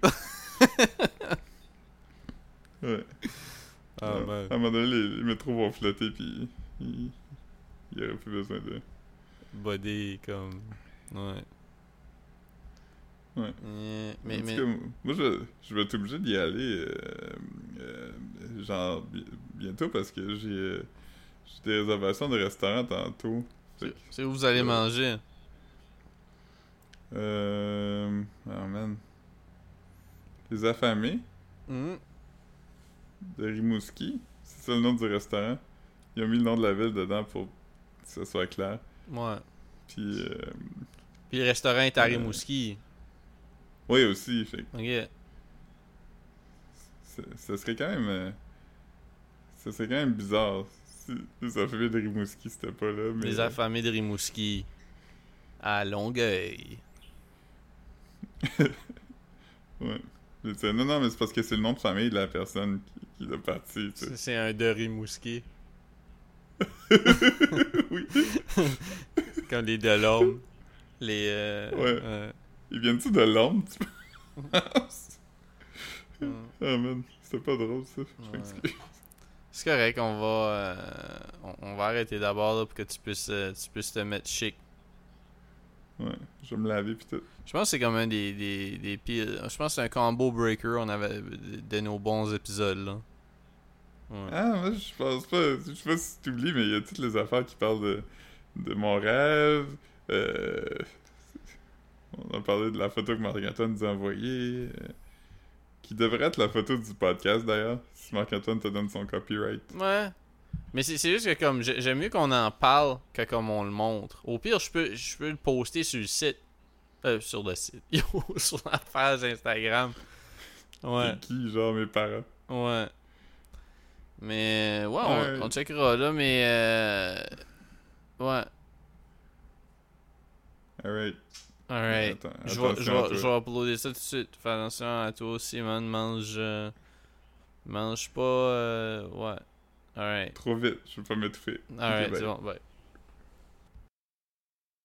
Ouais. Ah, man. À un moment donné, les métros vont flotter, puis il y aurait plus besoin de. Body, comme. Ouais. Ouais. Mais. En tout cas, moi, je vais être obligé d'y aller, genre, bientôt, parce que j'ai des réservations de restaurants tantôt. C'est où vous allez manger? Oh man. Les Affamés de Rimouski. C'est ça le nom du restaurant. Ils ont mis le nom de la ville dedans pour que ça soit clair. Ouais. Puis le restaurant est à Rimouski. oui, aussi. Fait que Ok. ça serait quand même... ça serait quand même bizarre si les Affamés de Rimouski c'était pas là. Mais... Les Affamés de Rimouski. À Longueuil. Ouais. Non, mais c'est parce que c'est le nom de famille de la personne qui l'a parti. C'est un de Rimouski. Oui. Comme les Delorme. Les. Ouais. Ils viennent-tu de Londres, tu penses? Ah, man. C'était pas drôle, ça. Je m'excuse. C'est correct, on va arrêter d'abord là, pour que tu puisses te mettre chic. Ouais, je vais me laver pis tout. Je pense que c'est comme un des pires. Je pense que c'est un combo breaker on avait de nos bons épisodes là. Ouais. Ah, moi je pense pas. Je sais pas si tu oublies, mais il y a toutes les affaires qui parlent de mon rêve. On a parlé de la photo que Marc-Antoine nous a envoyée. Qui devrait être la photo du podcast d'ailleurs, si Marc-Antoine te donne son copyright. Ouais. Mais c'est juste que comme j'aime mieux qu'on en parle que comme on le montre. Au pire, je peux le poster sur le site. Sur le site. Sur la page Instagram. Ouais. C'est qui, genre mes parents? Ouais. Mais ouais, on checkera là, mais ouais. Alright. Alright. Je vais uploader ça tout de suite. Fais attention à toi aussi, man. Mange pas. Ouais. Alright. Trop vite, je veux pas m'étouffer. Alright, Ok, bye. c'est bon, bye.